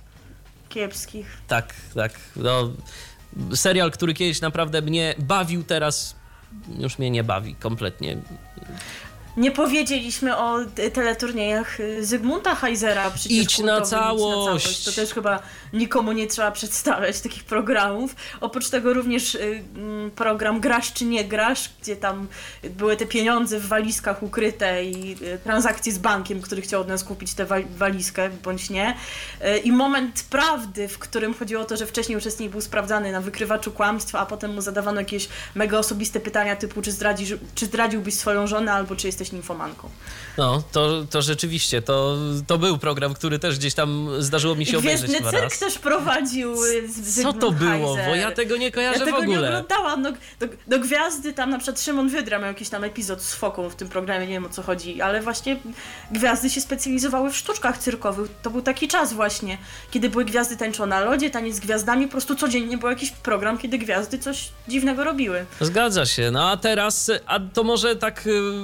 Tak. No, serial, który kiedyś naprawdę mnie bawił, teraz już mnie nie bawi kompletnie. Nie powiedzieliśmy o teleturniejach Zygmunta Heisera. Idź na całość. To też chyba nikomu nie trzeba przedstawiać takich programów. Oprócz tego również program Grasz czy nie grasz, gdzie tam były te pieniądze w walizkach ukryte i transakcje z bankiem, który chciał od nas kupić tę walizkę, bądź nie. I Moment prawdy, w którym chodziło o to, że wcześniej uczestnik był sprawdzany na wykrywaczu kłamstwa, a potem mu zadawano jakieś mega osobiste pytania typu czy zdradziłbyś swoją żonę, albo czy jesteś nimfomanką. No, to rzeczywiście, to był program, który też gdzieś tam zdarzyło mi się obejrzeć Gwiezdny dwa Cyrk razy. też prowadził Co to było? Bo ja tego nie kojarzę w ogóle. Ja tego nie oglądałam. No, do Gwiazdy tam na przykład Szymon Wydra miał jakiś tam epizod z foką w tym programie, nie wiem o co chodzi, ale właśnie Gwiazdy się specjalizowały w sztuczkach cyrkowych. To był taki czas właśnie, kiedy były Gwiazdy tańczą na lodzie, taniec z gwiazdami, po prostu codziennie był jakiś program, kiedy Gwiazdy coś dziwnego robiły. Zgadza się. No a teraz, a to może tak, bo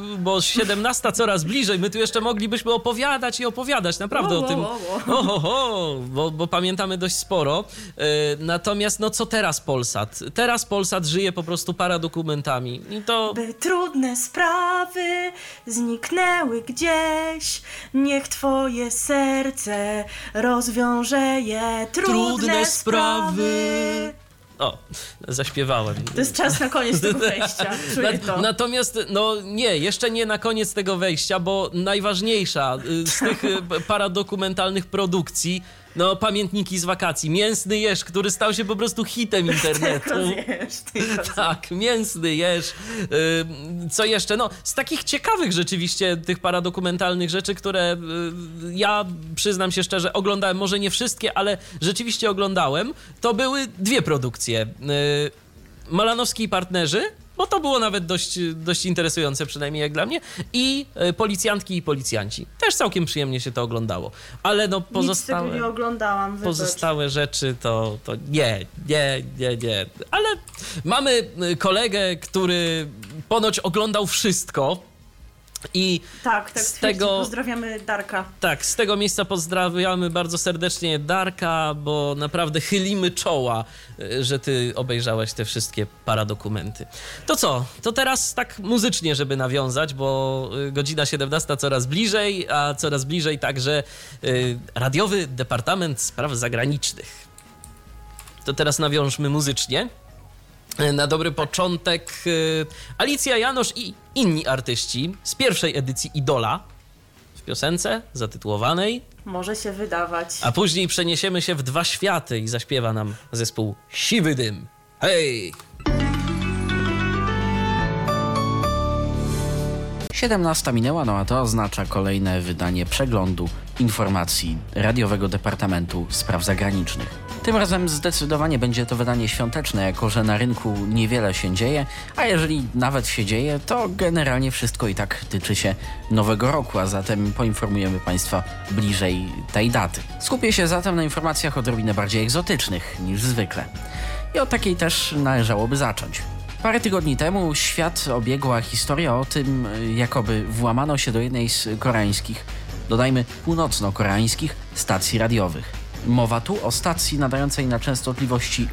Noż 17 coraz bliżej. My tu jeszcze moglibyśmy opowiadać i opowiadać naprawdę o tym. Bo pamiętamy dość sporo. Natomiast no co teraz Polsat? Teraz Polsat żyje po prostu paradokumentami. I to... By trudne sprawy zniknęły gdzieś, niech twoje serce rozwiąże je. Trudne sprawy. O, zaśpiewałem. To jest czas na koniec tego wejścia. Czuję to. Natomiast, no nie, jeszcze nie na koniec tego wejścia, bo najważniejsza z tych paradokumentalnych produkcji, no pamiętniki z wakacji. Mięsny jeż, który stał się po prostu hitem internetu. Tak, mięsny jeż. Co jeszcze? No, z takich ciekawych rzeczywiście tych paradokumentalnych rzeczy, które ja przyznam się szczerze, oglądałem, może nie wszystkie, ale rzeczywiście oglądałem, to były dwie produkcje. Malanowski i partnerzy, bo to było nawet dość interesujące, przynajmniej jak dla mnie, i Policjantki i policjanci. Też całkiem przyjemnie się to oglądało. Ale no pozostałe... Nic tego nie oglądałam, pozostałe rzeczy to nie. Ale mamy kolegę, bardzo ponoć oglądał wszystko. I tak, z tego pozdrawiamy Darka. Tak, z tego miejsca pozdrawiamy bardzo serdecznie Darka, bo naprawdę chylimy czoła, że ty obejrzałeś te wszystkie paradokumenty. To co? To teraz tak muzycznie, żeby nawiązać, bo godzina 17 coraz bliżej, a coraz bliżej także radiowy Departament Spraw Zagranicznych. To teraz nawiążmy muzycznie. Na dobry początek Alicja Janosz i inni artyści z pierwszej edycji Idola w piosence zatytułowanej Może się wydawać. A później przeniesiemy się w dwa światy i zaśpiewa nam zespół Siwy Dym. Hej! 17 minęła, no a to oznacza kolejne wydanie przeglądu informacji Radiowego Departamentu Spraw Zagranicznych. Tym razem zdecydowanie będzie to wydanie świąteczne, jako że na rynku niewiele się dzieje, a jeżeli nawet się dzieje, to generalnie wszystko i tak tyczy się Nowego Roku, a zatem poinformujemy Państwa bliżej tej daty. Skupię się zatem na informacjach odrobinę bardziej egzotycznych niż zwykle. I od takiej też należałoby zacząć. Parę tygodni temu świat obiegła historia o tym, jakoby włamano się do jednej z koreańskich, dodajmy północno-koreańskich stacji radiowych. Mowa tu o stacji nadającej na częstotliwości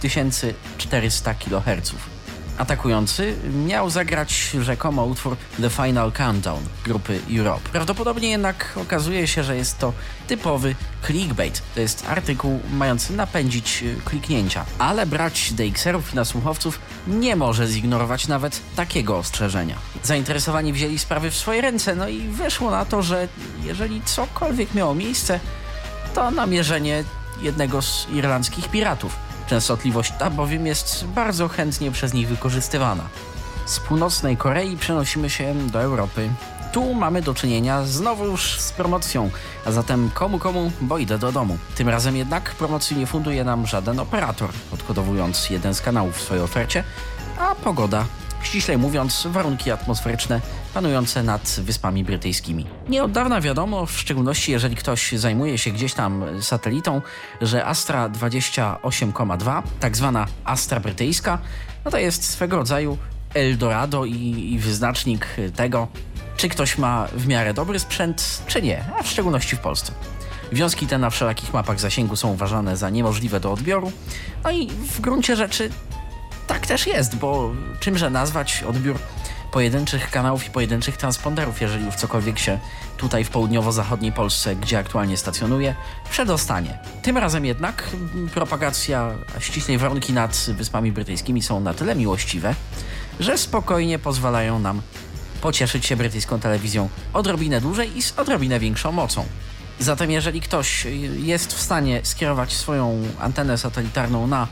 6400 kHz. Atakujący miał zagrać rzekomo utwór The Final Countdown grupy Europe. Prawdopodobnie jednak okazuje się, że jest to typowy clickbait. To jest artykuł mający napędzić kliknięcia. Ale brać DXR-ów i nasłuchowców nie może zignorować nawet takiego ostrzeżenia. Zainteresowani wzięli sprawy w swoje ręce, no i wyszło na to, że jeżeli cokolwiek miało miejsce, to namierzenie jednego z irlandzkich piratów. Częstotliwość ta bowiem jest bardzo chętnie przez nich wykorzystywana. Z północnej Korei przenosimy się do Europy. Tu mamy do czynienia znowu już z promocją, a zatem komu, bo idę do domu. Tym razem jednak promocji nie funduje nam żaden operator, odkodowując jeden z kanałów w swojej ofercie, a pogoda, ściślej mówiąc warunki atmosferyczne panujące nad Wyspami Brytyjskimi. Nie od dawna wiadomo, w szczególności jeżeli ktoś zajmuje się gdzieś tam satelitą, że Astra 28,2, tak zwana Astra brytyjska, no to jest swego rodzaju Eldorado i wyznacznik tego, czy ktoś ma w miarę dobry sprzęt, czy nie, a w szczególności w Polsce. Wiązki te na wszelakich mapach zasięgu są uważane za niemożliwe do odbioru, no i w gruncie rzeczy tak też jest, bo czymże nazwać odbiór pojedynczych kanałów i pojedynczych transponderów, jeżeli już cokolwiek się tutaj w południowo-zachodniej Polsce, gdzie aktualnie stacjonuje, przedostanie. Tym razem jednak propagacja, a ściślej warunki nad Wyspami Brytyjskimi są na tyle miłościwe, że spokojnie pozwalają nam pocieszyć się brytyjską telewizją odrobinę dłużej i z odrobinę większą mocą. Zatem jeżeli ktoś jest w stanie skierować swoją antenę satelitarną na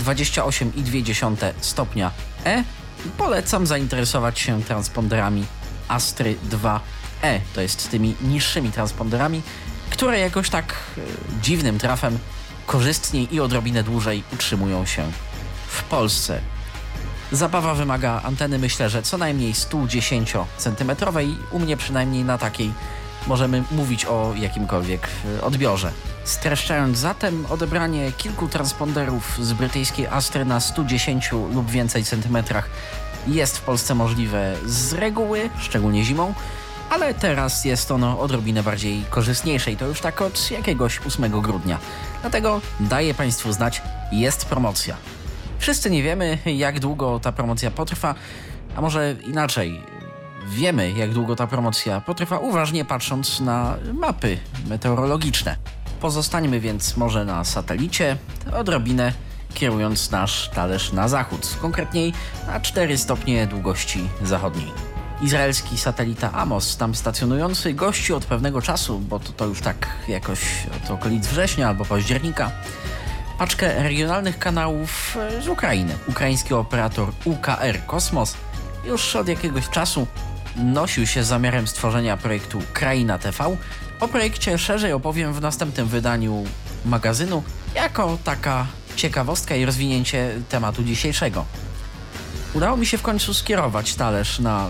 28,2 stopnia E, polecam zainteresować się transponderami Astry 2E, to jest tymi niższymi transponderami, które jakoś tak dziwnym trafem korzystniej i odrobinę dłużej utrzymują się w Polsce. Zabawa wymaga anteny, myślę, że co najmniej 110 cm, u mnie przynajmniej na takiej możemy mówić o jakimkolwiek odbiorze. Streszczając zatem, odebranie kilku transponderów z brytyjskiej Astry na 110 lub więcej centymetrach jest w Polsce możliwe z reguły, szczególnie zimą, ale teraz jest ono odrobinę bardziej korzystniejsze i to już tak od jakiegoś 8 grudnia. Dlatego daję Państwu znać, jest promocja. Wszyscy nie wiemy, jak długo ta promocja potrwa, a może inaczej. Wiemy, jak długo ta promocja potrwa, uważnie patrząc na mapy meteorologiczne. Pozostańmy więc może na satelicie, odrobinę kierując nasz talerz na zachód, konkretniej na 4 stopnie długości zachodniej. Izraelski satelita Amos, tam stacjonujący, gości od pewnego czasu, bo to już tak jakoś od okolic września albo października, paczkę regionalnych kanałów z Ukrainy. Ukraiński operator UKR Kosmos już od jakiegoś czasu nosił się z zamiarem stworzenia projektu Kraina TV. O projekcie szerzej opowiem w następnym wydaniu magazynu, jako taka ciekawostka i rozwinięcie tematu dzisiejszego. Udało mi się w końcu skierować talerz na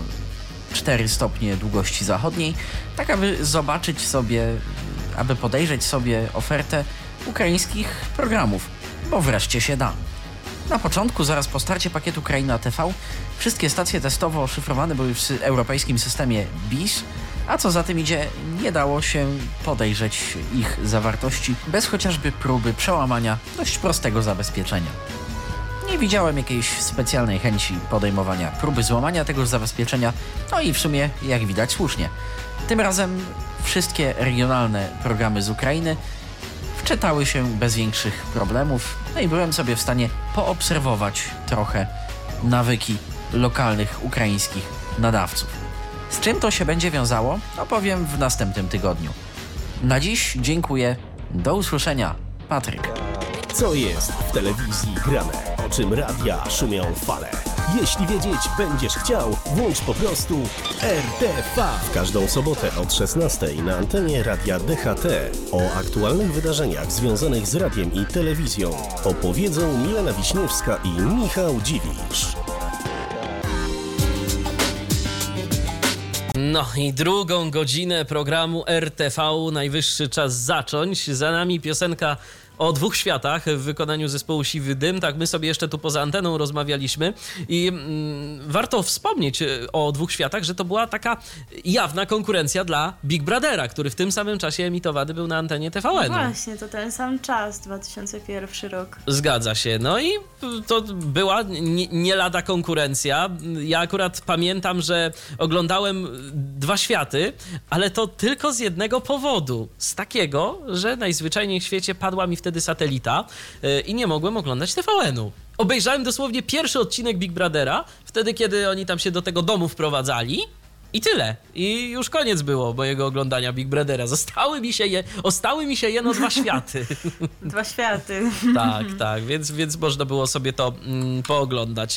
4 stopnie długości zachodniej, tak aby zobaczyć sobie, aby podejrzeć sobie ofertę ukraińskich programów, bo wreszcie się da. Na początku, zaraz po starcie pakietu Kraina TV, wszystkie stacje testowo szyfrowane były w europejskim systemie BIS, a co za tym idzie, nie dało się podejrzeć ich zawartości bez chociażby próby przełamania dość prostego zabezpieczenia. Nie widziałem jakiejś specjalnej chęci podejmowania próby złamania tego zabezpieczenia, no i w sumie, jak widać, słusznie. Tym razem wszystkie regionalne programy z Ukrainy wczytały się bez większych problemów, no i byłem sobie w stanie poobserwować trochę nawyki lokalnych ukraińskich nadawców. Z czym to się będzie wiązało, opowiem w następnym tygodniu. Na dziś dziękuję, do usłyszenia, Patryk. Co jest w telewizji grane? O czym radia szumią fale? Jeśli wiedzieć będziesz chciał, włącz po prostu RTV. W każdą sobotę od 16 na antenie Radia DHT. O aktualnych wydarzeniach związanych z radiem i telewizją opowiedzą Milena Wiśniewska i Michał Dziwisz. No i drugą godzinę programu RTV najwyższy czas zacząć. Za nami piosenka o dwóch światach w wykonaniu zespołu Siwy Dym. Tak, my sobie jeszcze tu poza anteną rozmawialiśmy i warto wspomnieć o dwóch światach, że to była taka jawna konkurencja dla Big Brothera, który w tym samym czasie emitowany był na antenie TVN. No właśnie, to ten sam czas, 2001 rok. Zgadza się. No i to była nie lada konkurencja. Ja akurat pamiętam, że oglądałem dwa światy, ale to tylko z jednego powodu. Z takiego, że najzwyczajniej w świecie padła mi wtedy satelita i nie mogłem oglądać TVN-u. Obejrzałem dosłownie pierwszy odcinek Big Brothera, wtedy kiedy oni tam się do tego domu wprowadzali i tyle. I już koniec było mojego oglądania Big Brothera. Ostały mi się jeno dwa światy. Dwa światy. Tak, więc można było sobie to pooglądać.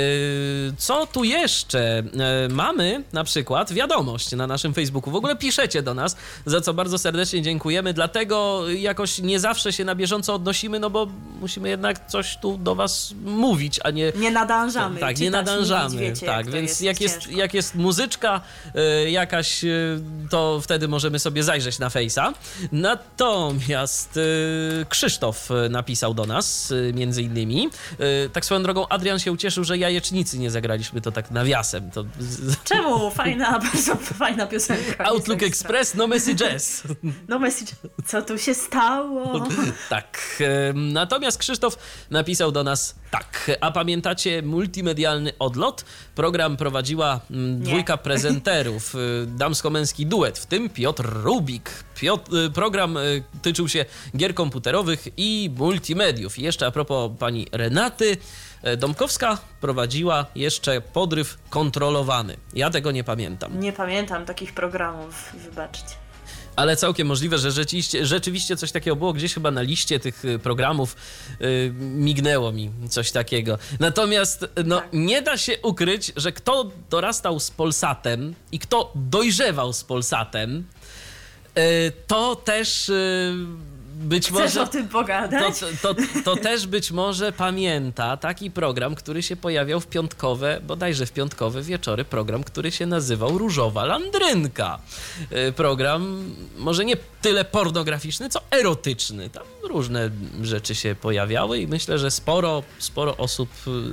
Co tu jeszcze? Mamy na przykład wiadomość na naszym Facebooku. W ogóle piszecie do nas, za co bardzo serdecznie dziękujemy. Dlatego jakoś nie zawsze się na bieżąco odnosimy, no bo musimy jednak coś tu do was mówić, a nie... Nie nadążamy. Tak, nie nadążamy. Mówić, wiecie, tak, więc jak jest muzyczka jakaś, to wtedy możemy sobie zajrzeć na Face'a. Natomiast Krzysztof napisał do nas między innymi. Tak swoją drogą Adrian się ucieszył, że Jajecznicy nie zagraliśmy, to tak nawiasem. To... Czemu? Bardzo fajna piosenka. Outlook Express, no messages. No message. Co tu się stało? Tak. Natomiast Krzysztof napisał do nas tak. A pamiętacie multimedialny odlot? Program prowadziła dwójka prezenterów. Damsko-męski duet, w tym Piotr Rubik. Program tyczył się gier komputerowych i multimediów. I jeszcze a propos pani Renaty, Dąbkowska prowadziła jeszcze podryw kontrolowany. Ja tego nie pamiętam. Nie pamiętam takich programów, wybaczcie. Ale całkiem możliwe, że rzeczywiście coś takiego było. Gdzieś chyba na liście tych programów mignęło mi coś takiego. Natomiast tak. Nie da się ukryć, że kto dorastał z Polsatem i kto dojrzewał z Polsatem, to też być Chcesz może o tym pogadać? to też być może pamięta taki program, który się pojawiał bodajże w piątkowe wieczory, program, który się nazywał Różowa Landrynka. Program może nie tyle pornograficzny, co erotyczny. Tam różne rzeczy się pojawiały i myślę, że sporo osób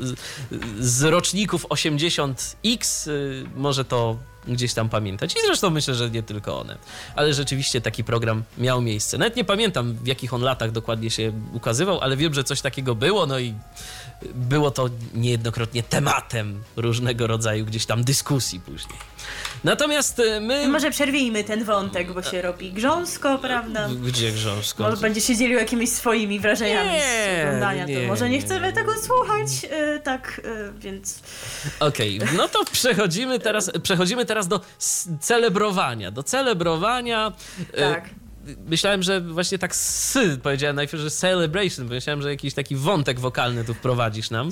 z roczników 80X może to gdzieś tam pamiętać. I zresztą myślę, że nie tylko one. Ale rzeczywiście taki program miał miejsce. Nawet nie pamiętam, w jakich on latach dokładnie się ukazywał, ale wiem, że coś takiego było, no i było to niejednokrotnie tematem różnego rodzaju gdzieś tam dyskusji później. Natomiast my... Może przerwijmy ten wątek, bo się robi grząsko, prawda? Gdzie grząsko? Może będzie się dzielił jakimiś swoimi wrażeniami z oglądania, to może nie chcemy tego słuchać, więc... Okej, no to przechodzimy teraz do celebrowania. Tak. Myślałem, że właśnie tak powiedziałem najpierw, że celebration, bo myślałem, że jakiś taki wątek wokalny tu wprowadzisz nam.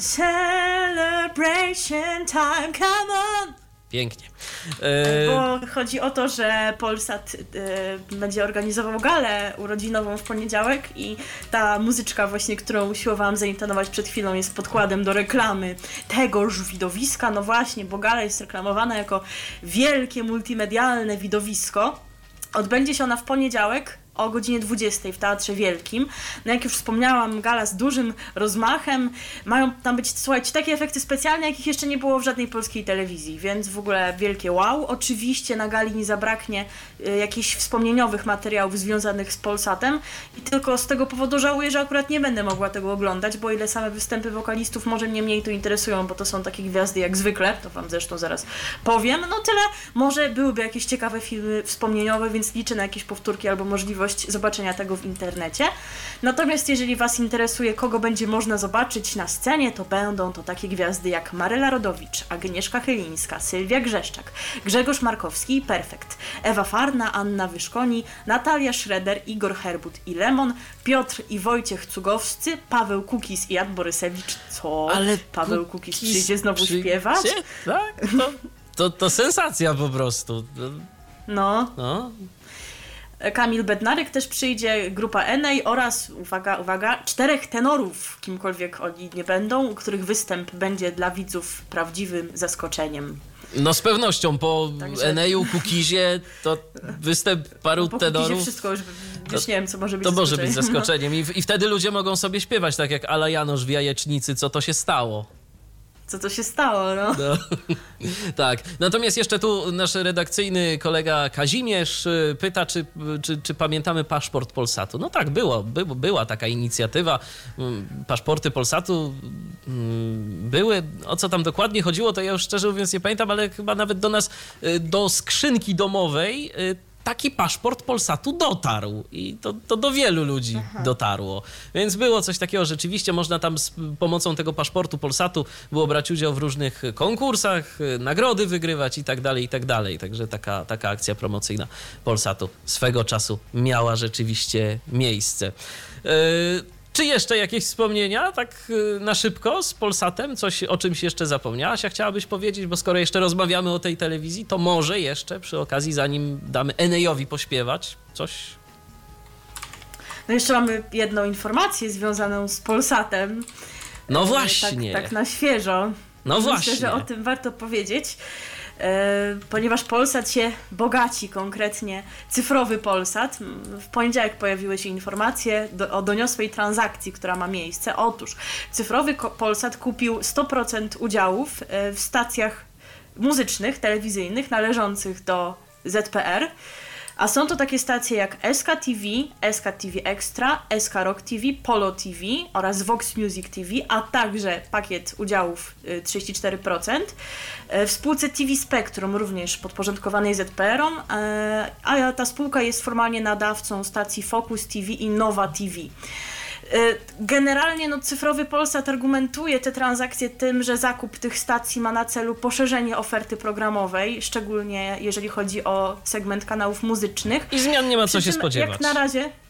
Celebration time, come on! Pięknie. Bo chodzi o to, że Polsat będzie organizował galę urodzinową w poniedziałek i ta muzyczka właśnie, którą usiłowałam zaintonować przed chwilą, jest podkładem do reklamy tegoż widowiska. No właśnie, bo gala jest reklamowana jako wielkie multimedialne widowisko. Odbędzie się ona w poniedziałek o godzinie 20 w Teatrze Wielkim. No jak już wspomniałam, gala z dużym rozmachem. Mają tam być, słuchajcie, takie efekty specjalne, jakich jeszcze nie było w żadnej polskiej telewizji, więc w ogóle wielkie wow. Oczywiście na gali nie zabraknie jakichś wspomnieniowych materiałów związanych z Polsatem i tylko z tego powodu żałuję, że akurat nie będę mogła tego oglądać, bo ile same występy wokalistów może mnie mniej tu interesują, bo to są takie gwiazdy jak zwykle, to wam zresztą zaraz powiem. No tyle, może byłyby jakieś ciekawe filmy wspomnieniowe, więc liczę na jakieś powtórki albo możliwość zobaczenia tego w internecie. Natomiast jeżeli was interesuje, kogo będzie można zobaczyć na scenie, to będą to takie gwiazdy jak Maryla Rodowicz, Agnieszka Chylińska, Sylwia Grzeszczak, Grzegorz Markowski i Perfekt, Ewa Farna, Anna Wyszkoni, Natalia Schroeder, Igor Herbut i Lemon, Piotr i Wojciech Cugowscy, Paweł Kukiz i Jan Borysewicz. Co? Ale Paweł Kukiz przyjdzie znowu śpiewać? Tak? To sensacja po prostu. No. Kamil Bednarek też przyjdzie, grupa Enej oraz, uwaga, 4 tenorów, kimkolwiek oni nie będą, których występ będzie dla widzów prawdziwym zaskoczeniem. No z pewnością, po Także... Eneju, Kukizie to występ paru po tenorów. Kukizie wszystko już nie wiem, co może być zaskoczeniem. To może być zaskoczeniem i wtedy ludzie mogą sobie śpiewać, tak jak Ala Janosz w Jajecznicy, co to się stało. Co to się stało, no. Tak. Natomiast jeszcze tu nasz redakcyjny kolega Kazimierz pyta, czy pamiętamy paszport Polsatu. No tak, była taka inicjatywa. Paszporty Polsatu były. O co tam dokładnie chodziło, to ja już szczerze mówiąc nie pamiętam, ale chyba nawet do nas, do skrzynki domowej taki paszport Polsatu dotarł i to do wielu ludzi dotarło. Więc było coś takiego, rzeczywiście można tam z pomocą tego paszportu Polsatu było brać udział w różnych konkursach, nagrody wygrywać i tak dalej. Także taka akcja promocyjna Polsatu swego czasu miała rzeczywiście miejsce. Czy jeszcze jakieś wspomnienia, tak na szybko z Polsatem? Coś, o czymś jeszcze zapomniałaś, a chciałabyś powiedzieć? Bo skoro jeszcze rozmawiamy o tej telewizji, to może jeszcze przy okazji, zanim damy Enejowi pośpiewać, coś? No jeszcze mamy jedną informację związaną z Polsatem. No właśnie. Tak na świeżo. No Myślę, właśnie. że o tym warto powiedzieć. Ponieważ Polsat się bogaci, konkretnie cyfrowy Polsat. W poniedziałek pojawiły się informacje o doniosłej transakcji, która ma miejsce. Otóż cyfrowy Polsat kupił 100% udziałów w stacjach muzycznych, telewizyjnych należących do ZPR. A są to takie stacje jak SK TV, SK TV Extra, SK Rock TV, Polo TV oraz Vox Music TV, a także pakiet udziałów 34%. W spółce TV Spectrum, również podporządkowanej ZPR-om, a ta spółka jest formalnie nadawcą stacji Focus TV i Nowa TV. Generalnie cyfrowy Polsat argumentuje te transakcje tym, że zakup tych stacji ma na celu poszerzenie oferty programowej, szczególnie jeżeli chodzi o segment kanałów muzycznych. I zmian nie ma co się spodziewać. Jak na razie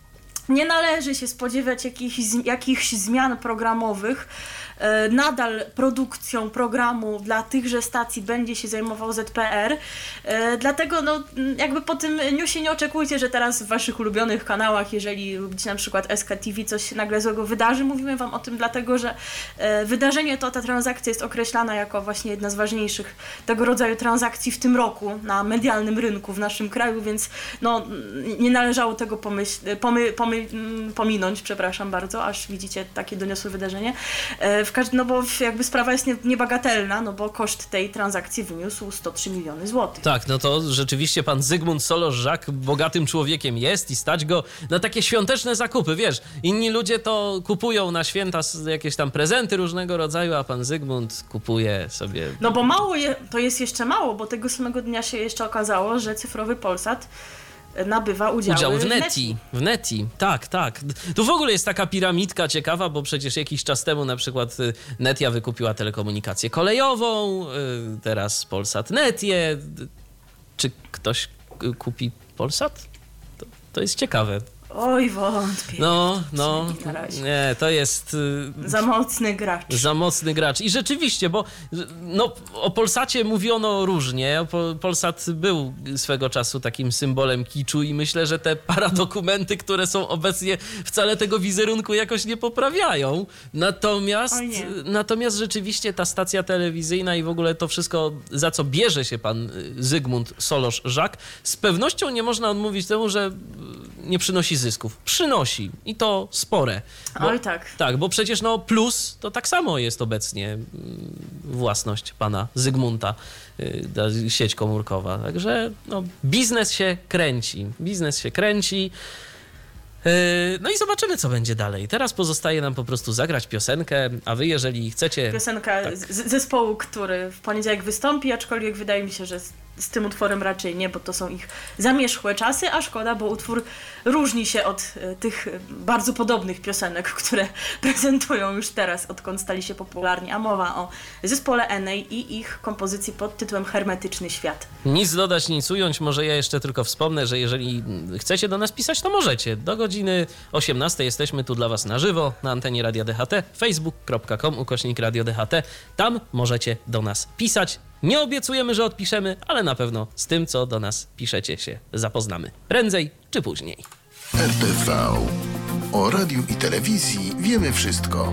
nie należy się spodziewać jakichś zmian programowych. Nadal produkcją programu dla tychże stacji będzie się zajmował ZPR. Dlatego jakby po tym newsie nie oczekujcie, że teraz w waszych ulubionych kanałach, jeżeli lubicie na przykład SKTV, coś się nagle złego wydarzy. Mówimy wam o tym dlatego, że wydarzenie ta transakcja jest określana jako właśnie jedna z ważniejszych tego rodzaju transakcji w tym roku na medialnym rynku w naszym kraju, więc nie należało tego pominąć, przepraszam bardzo, aż widzicie takie doniosłe wydarzenie. Bo jakby sprawa jest niebagatelna, bo koszt tej transakcji wyniósł 103 miliony złotych. Tak, to rzeczywiście pan Zygmunt Solorz-Żak bogatym człowiekiem jest i stać go na takie świąteczne zakupy, wiesz. Inni ludzie to kupują na święta jakieś tam prezenty różnego rodzaju, a pan Zygmunt kupuje sobie... bo to jest jeszcze mało, bo tego samego dnia się jeszcze okazało, że cyfrowy Polsat nabywa udział w Neti. Tak. Tu w ogóle jest taka piramidka ciekawa, bo przecież jakiś czas temu na przykład Netia wykupiła telekomunikację kolejową, teraz Polsat Netie. Czy ktoś kupi Polsat? To jest ciekawe. Oj, wątpię. Nie, to jest... Za mocny gracz. Za mocny gracz. I rzeczywiście, bo o Polsacie mówiono różnie. Polsat był swego czasu takim symbolem kiczu i myślę, że te paradokumenty, które są obecnie, wcale tego wizerunku jakoś nie poprawiają. Natomiast rzeczywiście ta stacja telewizyjna i w ogóle to wszystko, za co bierze się pan Zygmunt Solorz-Żak, z pewnością nie można odmówić temu, że nie przynosi zysków. Przynosi i to spore. Oj tak. Tak, bo przecież Plus to tak samo jest obecnie własność pana Zygmunta, sieć komórkowa. Także biznes się kręci. I zobaczymy, co będzie dalej. Teraz pozostaje nam po prostu zagrać piosenkę, a wy, jeżeli chcecie... Piosenka zespołu, który w poniedziałek wystąpi, aczkolwiek wydaje mi się, że z tym utworem raczej nie, bo to są ich zamierzchłe czasy, a szkoda, bo utwór różni się od tych bardzo podobnych piosenek, które prezentują już teraz, odkąd stali się popularni, a mowa o zespole Enei i ich kompozycji pod tytułem Hermetyczny Świat. Nic dodać, nic ująć, może ja jeszcze tylko wspomnę, że jeżeli chcecie do nas pisać, to możecie. Do godziny 18 jesteśmy tu dla was na żywo, na antenie Radia DHT, facebook.com/Radio DHT. Tam możecie do nas pisać. Nie obiecujemy, że odpiszemy, ale na pewno z tym, co do nas piszecie, się zapoznamy. Prędzej czy później. RTV. O radiu i telewizji wiemy wszystko.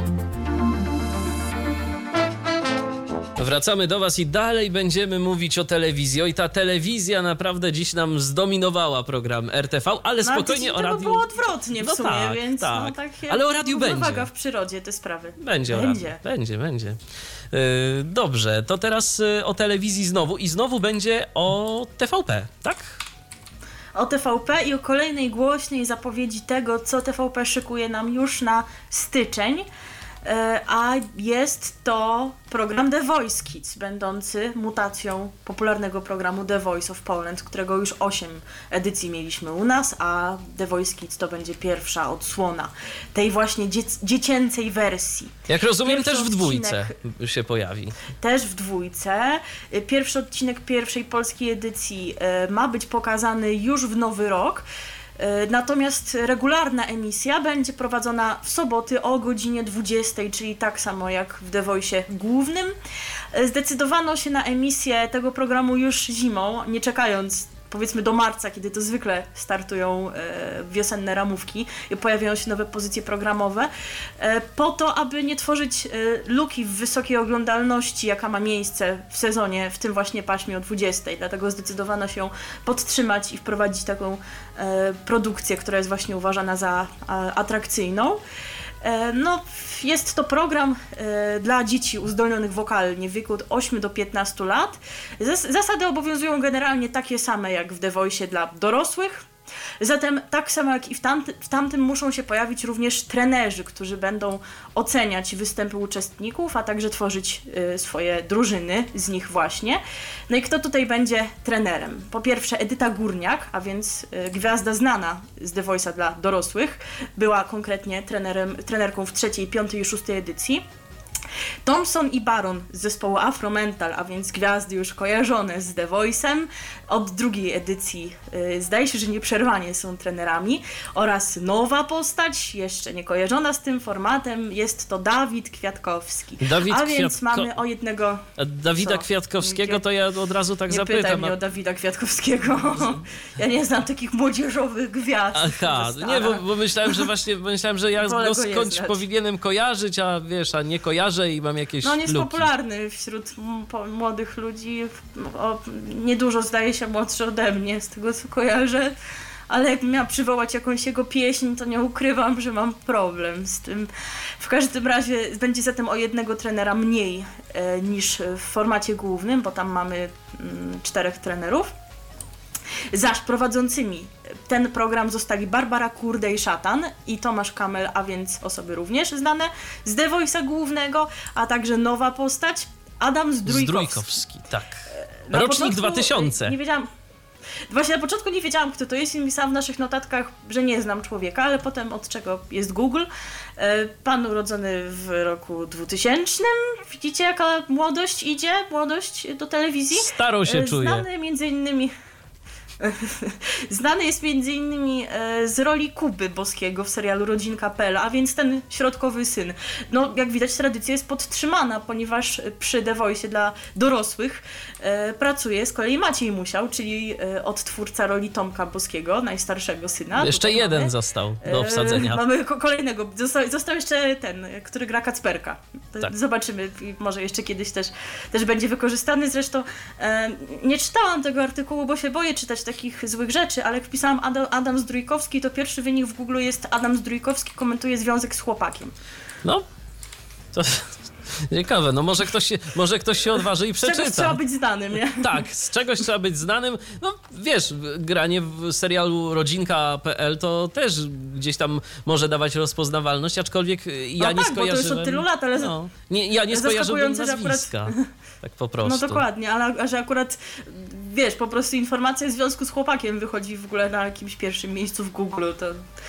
Wracamy do was i dalej będziemy mówić o telewizji. I ta telewizja naprawdę dziś nam zdominowała program RTV, ale spokojnie o radiu... było odwrotnie w sumie, tak, więc tak. Takie ale o radiu będzie. Uwaga w przyrodzie te sprawy. Będzie. Dobrze, to teraz o telewizji znowu i znowu będzie o TVP, tak? O TVP i o kolejnej głośnej zapowiedzi tego, co TVP szykuje nam już na styczeń. A jest to program The Voice Kids, będący mutacją popularnego programu The Voice of Poland, którego już 8 edycji mieliśmy u nas, a The Voice Kids to będzie pierwsza odsłona tej właśnie dziecięcej wersji. Jak rozumiem, też w dwójce się pojawi. Też w dwójce. Pierwszy odcinek pierwszej polskiej edycji ma być pokazany już w nowy rok. Natomiast regularna emisja będzie prowadzona w soboty o godzinie 20, czyli tak samo jak w The Voice'ie głównym. Zdecydowano się na emisję tego programu już zimą, nie czekając powiedzmy do marca, kiedy to zwykle startują wiosenne ramówki i pojawiają się nowe pozycje programowe, po to, aby nie tworzyć luki w wysokiej oglądalności, jaka ma miejsce w sezonie, w tym właśnie paśmie o 20. Dlatego zdecydowano się podtrzymać i wprowadzić taką produkcję, która jest właśnie uważana za atrakcyjną. Jest to program dla dzieci uzdolnionych wokalnie w wieku od 8 do 15 lat. Zasady obowiązują generalnie takie same jak w The Voice'ie dla dorosłych. Zatem tak samo jak i w tamtym muszą się pojawić również trenerzy, którzy będą oceniać występy uczestników, a także tworzyć swoje drużyny z nich właśnie. No i kto tutaj będzie trenerem? Po pierwsze Edyta Górniak, a więc gwiazda znana z The Voice'a dla dorosłych, była konkretnie trenerką w 3., 5. i 6. edycji. Thompson i Baron z zespołu Afromental, a więc gwiazdy już kojarzone z The Voice'em, od drugiej edycji zdaje się, że nieprzerwanie są trenerami, oraz nowa postać, jeszcze nie kojarzona z tym formatem, jest to Dawid Kwiatkowski. Więc mamy o jednego... Dawida Kwiatkowskiego to ja od razu tak zapytam. Nie pytaj mnie o Dawida Kwiatkowskiego. Ja nie znam takich młodzieżowych gwiazd. Aha, nie, bo myślałem, że ja go skądś powinienem kojarzyć, a wiesz, a nie kojarzę i mam jakieś on jest luki. popularny wśród młodych ludzi. Niedużo zdaje się młodszy ode mnie, z tego co kojarzę. Ale jakbym miała przywołać jakąś jego pieśń, to nie ukrywam, że mam problem z tym. W każdym razie będzie zatem o jednego trenera mniej niż w formacie głównym, bo tam mamy 4 trenerów. Zaś prowadzącymi ten program zostali Barbara Kurdej-Szatan i Tomasz Kamel, a więc osoby również znane z The Voice'a głównego, a także nowa postać Adam Zdrójkowski. Tak. Rocznik 2000. Nie wiedziałam. Właśnie na początku nie wiedziałam, kto to jest i napisałam w naszych notatkach, że nie znam człowieka, ale potem od czego jest Google. Pan urodzony w roku 2000. Widzicie, jaka młodość idzie? Młodość do telewizji. Staro się czuje. Znany jest między innymi z roli Kuby Boskiego w serialu Rodzinka.pl, a więc ten środkowy syn. No, jak widać, tradycja jest podtrzymana, ponieważ przy The Voice'ie dla dorosłych pracuje z kolei Maciej Musiał, czyli odtwórca roli Tomka Boskiego, najstarszego syna. Jeszcze tutaj jeden został do obsadzenia. Mamy kolejnego. Został jeszcze ten, który gra Kacperka. Tak. Zobaczymy, może jeszcze kiedyś też będzie wykorzystany. Zresztą nie czytałam tego artykułu, bo się boję czytać takich złych rzeczy, ale jak wpisałam Adam Zdrójkowski, to pierwszy wynik w Google jest Adam Zdrójkowski komentuje związek z chłopakiem. No, to ciekawe, no może ktoś się odważy i przeczyta. Z czegoś trzeba być znanym, nie? Tak, z czegoś trzeba być znanym. No wiesz, granie w serialu Rodzinka.pl to też gdzieś tam może dawać rozpoznawalność, aczkolwiek ja nie skojarzyłem... bo to już od tylu lat, ale... ja nie skojarzyłem nazwiska. Tak po prostu. No dokładnie, ale że akurat, wiesz, po prostu informacja w związku z chłopakiem wychodzi w ogóle na jakimś pierwszym miejscu w Google, to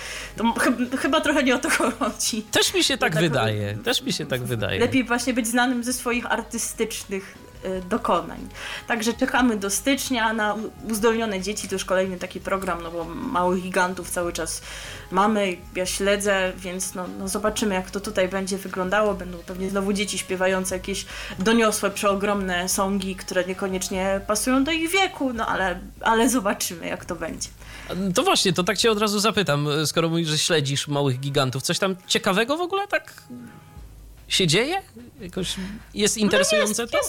chyba trochę nie o to chodzi. Też mi się tak wydaje. Lepiej właśnie być znanym ze swoich artystycznych dokonań. Także czekamy do stycznia na Uzdolnione dzieci, to już kolejny taki program, no bo Małych Gigantów cały czas mamy, ja śledzę, więc no zobaczymy, jak to tutaj będzie wyglądało. Będą pewnie znowu dzieci śpiewające jakieś doniosłe, przeogromne songi, które niekoniecznie pasują do ich wieku, no ale zobaczymy, jak to będzie. To właśnie, to tak cię od razu zapytam, skoro mówisz, że śledzisz Małych Gigantów, coś tam ciekawego w ogóle tak się dzieje? Jakoś jest interesujące to?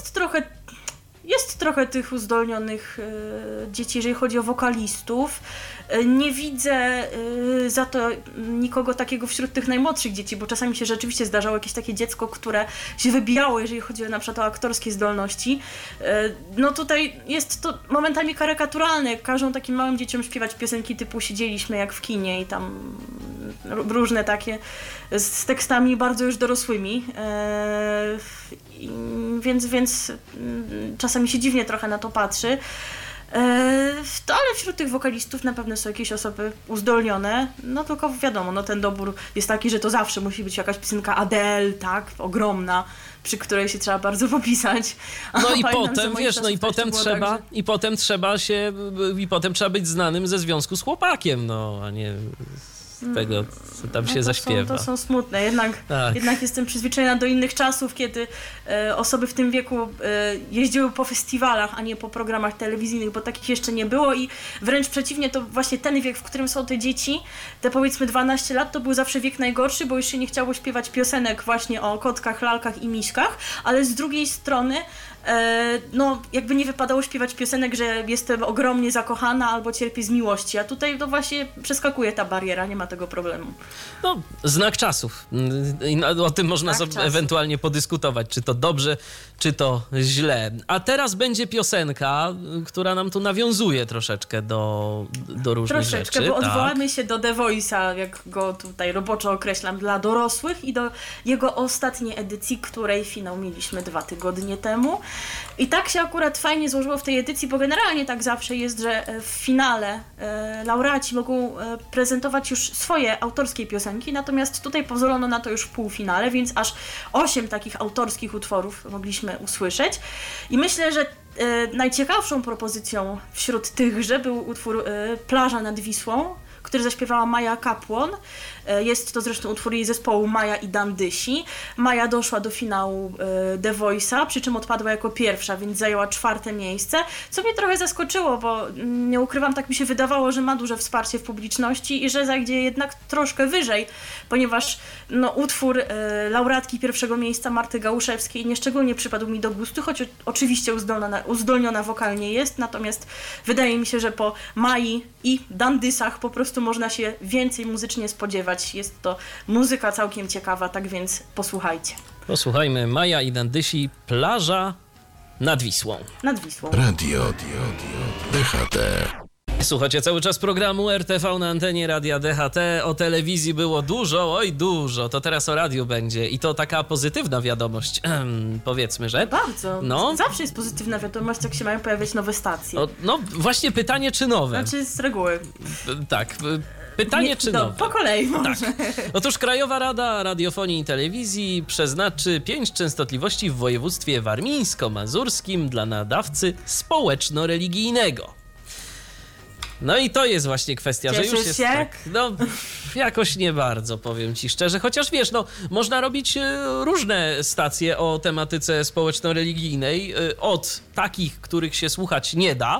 Jest trochę tych uzdolnionych dzieci, jeżeli chodzi o wokalistów. Nie widzę za to nikogo takiego wśród tych najmłodszych dzieci, bo czasami się rzeczywiście zdarzało jakieś takie dziecko, które się wybijało, jeżeli chodzi na przykład o aktorskie zdolności. No tutaj jest to momentami karykaturalne, jak każą takim małym dzieciom śpiewać piosenki typu Siedzieliśmy jak w kinie i tam różne takie z tekstami bardzo już dorosłymi. Więc czasami się dziwnie trochę na to patrzy. Ale wśród tych wokalistów na pewno są jakieś osoby uzdolnione, no tylko wiadomo, no ten dobór jest taki, że to zawsze musi być jakaś piosenka Adele, tak, ogromna, przy której się trzeba bardzo popisać. No i potem, wiesz, no i potem trzeba być znanym ze związku z chłopakiem, no, a nie z tego, co tam się zaśpiewa. To są smutne, jednak jestem przyzwyczajona do innych czasów, kiedy osoby w tym wieku jeździły po festiwalach, a nie po programach telewizyjnych, bo takich jeszcze nie było i wręcz przeciwnie, to właśnie ten wiek, w którym są te dzieci, te powiedzmy 12 lat, to był zawsze wiek najgorszy, bo już się nie chciało śpiewać piosenek właśnie o kotkach, lalkach i miśkach, ale z drugiej strony no jakby nie wypadało śpiewać piosenek, że jestem ogromnie zakochana albo cierpię z miłości, a tutaj to właśnie przeskakuje ta bariera, nie ma tego problemu. No, znak czasów. O tym można sobie ewentualnie podyskutować, czy to dobrze, czy to źle. A teraz będzie piosenka, która nam tu nawiązuje troszeczkę do różnych rzeczy. Troszeczkę, bo odwołamy się do The Voice'a, jak go tutaj roboczo określam, dla dorosłych i do jego ostatniej edycji, której finał mieliśmy 2 tygodnie temu. I tak się akurat fajnie złożyło w tej edycji, bo generalnie tak zawsze jest, że w finale laureaci mogą prezentować już swoje autorskie piosenki, natomiast tutaj pozwolono na to już w półfinale, więc aż 8 takich autorskich utworów mogliśmy usłyszeć. I myślę, że najciekawszą propozycją wśród tychże był utwór Plaża nad Wisłą, który zaśpiewała Maja Kapłon. Jest to zresztą utwór jej zespołu Maja i Dandysi. Maja doszła do finału The Voice'a, przy czym odpadła jako pierwsza, więc zajęła 4. miejsce, co mnie trochę zaskoczyło, bo nie ukrywam, tak mi się wydawało, że ma duże wsparcie w publiczności i że zajdzie jednak troszkę wyżej, ponieważ utwór laureatki 1. miejsca Marty Gałuszewskiej nieszczególnie przypadł mi do gustu, choć oczywiście uzdolniona wokalnie jest, natomiast wydaje mi się, że po Mai i Dandysach po prostu można się więcej muzycznie spodziewać. Jest to muzyka całkiem ciekawa, tak więc posłuchajcie. Posłuchajmy Maja i Dandysi, Plaża nad Wisłą. Nad Wisłą. Radio DHT. Słuchajcie cały czas programu RTV na antenie Radia DHT. O telewizji było dużo, oj dużo. To teraz o radiu będzie. I to taka pozytywna wiadomość, powiedzmy, że. Bardzo. Zawsze jest pozytywna wiadomość, jak się mają pojawiać nowe stacje. Właśnie pytanie, czy nowe? Znaczy z reguły. Tak. Pytanie, czy nowe? Po kolei może. Tak. Otóż Krajowa Rada Radiofonii i Telewizji przeznaczy 5 częstotliwości w województwie warmińsko-mazurskim dla nadawcy społeczno-religijnego. No i to jest właśnie kwestia, Cieszysz że już jest się? tak, jakoś nie bardzo, powiem ci szczerze, chociaż wiesz, można robić różne stacje o tematyce społeczno-religijnej, od takich, których się słuchać nie da,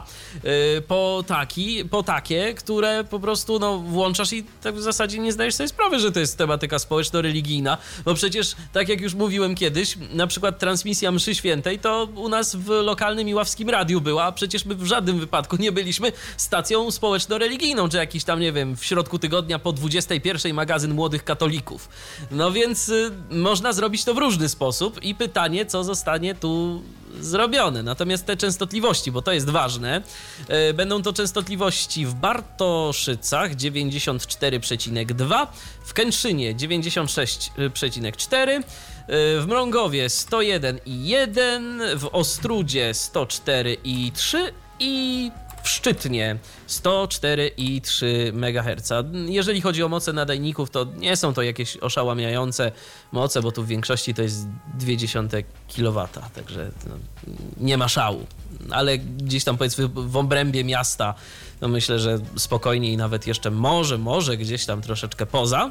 po takie, które po prostu włączasz i tak w zasadzie nie zdajesz sobie sprawy, że to jest tematyka społeczno-religijna, bo przecież, tak jak już mówiłem kiedyś, na przykład transmisja mszy świętej to u nas w lokalnym Iławskim Radiu była, a przecież my w żadnym wypadku nie byliśmy stacją społeczno-religijną, czy jakiś tam, nie wiem, w środku tygodnia po 21 magazyn Młodych Katolików. No więc można zrobić to w różny sposób i pytanie, co zostanie tu zrobione. Natomiast te częstotliwości, bo to jest ważne, będą to częstotliwości w Bartoszycach 94,2, w Kętrzynie 96,4, w Mrągowie 101,1, w Ostródzie 104,3 i w Szczytnie 104,3 MHz. Jeżeli chodzi o moce nadajników, to nie są to jakieś oszałamiające moce, bo tu w większości to jest 0,2 kW, także nie ma szału. Ale gdzieś tam powiedzmy w obrębie miasta, myślę, że spokojnie i nawet jeszcze może gdzieś tam troszeczkę poza.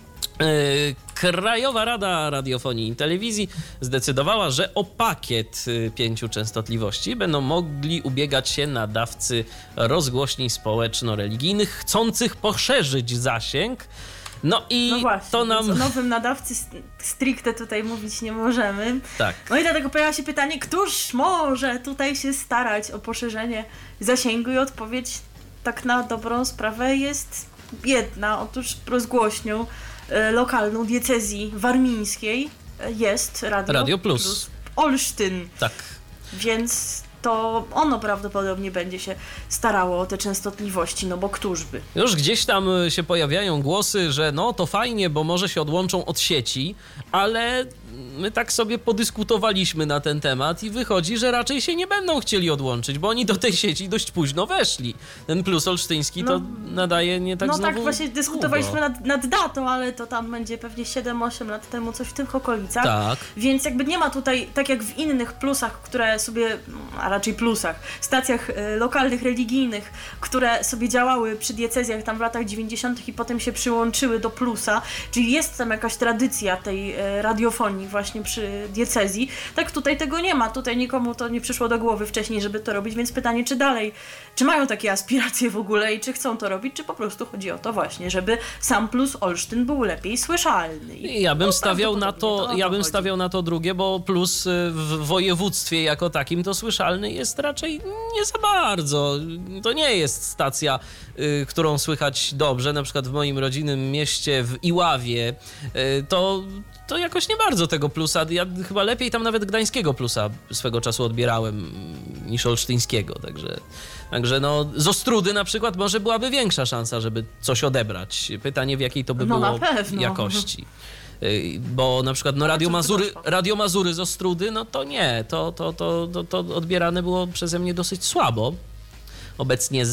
Krajowa Rada Radiofonii i Telewizji zdecydowała, że o pakiet 5 częstotliwości będą mogli ubiegać się nadawcy rozgłośni społeczno-religijnych chcących poszerzyć zasięg. No właśnie, to nam... o nowym nadawcy stricte tutaj mówić nie możemy. Tak. No i dlatego pojawia się pytanie, któż może tutaj się starać o poszerzenie zasięgu, i odpowiedź tak na dobrą sprawę jest jedna. Otóż rozgłośnią lokalną diecezji warmińskiej jest Radio Plus Olsztyn. Tak. Więc to ono prawdopodobnie będzie się starało o te częstotliwości, bo któż by? Już gdzieś tam się pojawiają głosy, że to fajnie, bo może się odłączą od sieci, ale my tak sobie podyskutowaliśmy na ten temat i wychodzi, że raczej się nie będą chcieli odłączyć, bo oni do tej sieci dość późno weszli. Ten Plus olsztyński to nadaje nie tak znowu tak właśnie dyskutowaliśmy nad datą, ale to tam będzie pewnie 7-8 lat temu, coś w tych okolicach. Tak. Więc jakby nie ma tutaj, tak jak w innych plusach, które sobie, a raczej plusach, stacjach lokalnych, religijnych, które sobie działały przy diecezjach tam w latach 90. i potem się przyłączyły do Plusa, czyli jest tam jakaś tradycja tej radiofonii właśnie przy diecezji, tak tutaj tego nie ma. Tutaj nikomu to nie przyszło do głowy wcześniej, żeby to robić, więc pytanie, czy mają takie aspiracje w ogóle i czy chcą to robić, czy po prostu chodzi o to właśnie, żeby sam Plus Olsztyn był lepiej słyszalny. Ja bym stawiał na to drugie, bo Plus w województwie jako takim to słyszalny jest raczej nie za bardzo. To nie jest stacja, którą słychać dobrze. Na przykład w moim rodzinnym mieście w Iławie to jakoś nie bardzo tego Plusa. Ja chyba lepiej tam nawet gdańskiego Plusa swego czasu odbierałem niż olsztyńskiego. Także z Ostródy na przykład może byłaby większa szansa, żeby coś odebrać. Pytanie, w jakiej to by było na pewno jakości. Bo na przykład Radio Mazury z Ostródy, no to nie, to odbierane było przeze mnie dosyć słabo. Obecnie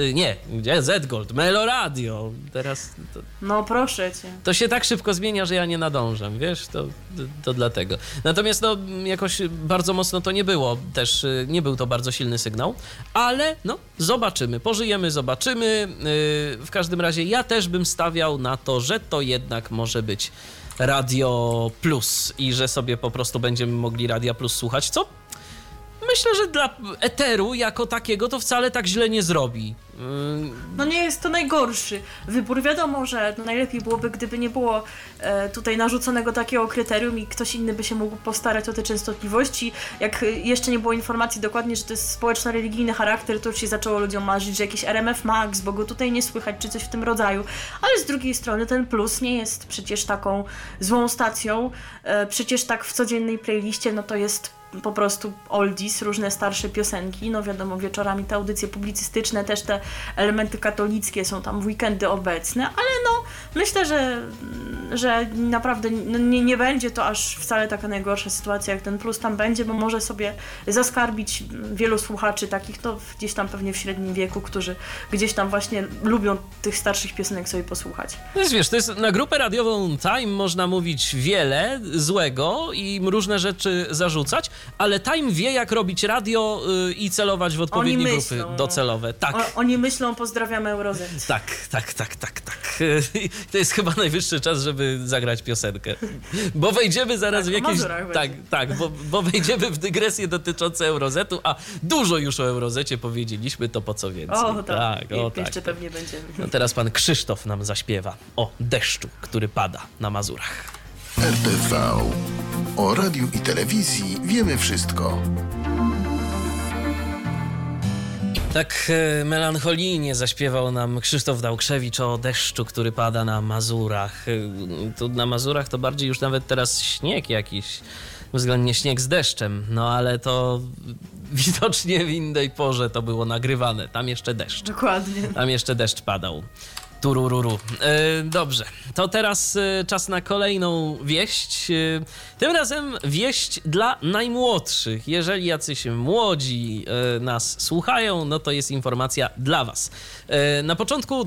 Z Gold, Meloradio. Teraz No proszę cię. to się tak szybko zmienia, że ja nie nadążam, wiesz, to dlatego. Natomiast no jakoś bardzo mocno to nie było, też nie był to bardzo silny sygnał, ale no zobaczymy, pożyjemy, zobaczymy. W każdym razie ja też bym stawiał na to, że to jednak może być Radio Plus i że sobie po prostu będziemy mogli Radia Plus słuchać, co myślę, że dla eteru jako takiego to wcale tak źle nie zrobi. No nie jest to najgorszy wybór. Wiadomo, że najlepiej byłoby, gdyby nie było tutaj narzuconego takiego kryterium i ktoś inny by się mógł postarać o te częstotliwości. Jak jeszcze nie było informacji dokładnie, że to jest społeczno-religijny charakter, to już się zaczęło ludziom marzyć, że jakiś RMF Max, bo go tutaj nie słychać, czy coś w tym rodzaju. Ale z drugiej strony ten Plus nie jest przecież taką złą stacją. Przecież tak w codziennej playliście, no to jest po prostu oldies, różne starsze piosenki, no wiadomo, wieczorami te audycje publicystyczne, też te elementy katolickie są tam w weekendy obecne, ale no myślę, że naprawdę nie będzie to aż wcale taka najgorsza sytuacja, jak ten Plus tam będzie, bo może sobie zaskarbić wielu słuchaczy takich, no gdzieś tam pewnie w średnim wieku, którzy gdzieś tam właśnie lubią tych starszych piosenek sobie posłuchać. No wiesz, to jest na grupę radiową Time można mówić wiele złego i różne rzeczy zarzucać, ale Time wie, jak robić radio i celować w odpowiednie grupy docelowe. Tak. Oni myślą, pozdrawiamy Eurozet. Tak. To jest chyba najwyższy czas, żeby zagrać piosenkę. Bo wejdziemy zaraz w jakieś... Bo wejdziemy w dygresje dotyczące Eurozetu, a dużo już o Eurozecie powiedzieliśmy, to po co więcej. Jeszcze pewnie będziemy. No teraz pan Krzysztof nam zaśpiewa o deszczu, który pada na Mazurach. RTV. O radiu i telewizji wiemy wszystko. Tak melancholijnie zaśpiewał nam Krzysztof Dałkrzewicz o deszczu, który pada na Mazurach. Tu na Mazurach to bardziej już nawet teraz śnieg jakiś, względnie śnieg z deszczem, no ale to widocznie w innej porze to było nagrywane. Tam jeszcze deszcz. Dokładnie. Tam jeszcze deszcz padał. Turururu. Dobrze, to teraz czas na kolejną wieść. Tym razem wieść dla najmłodszych. Jeżeli jacyś młodzi nas słuchają, no to jest informacja dla was. Na początku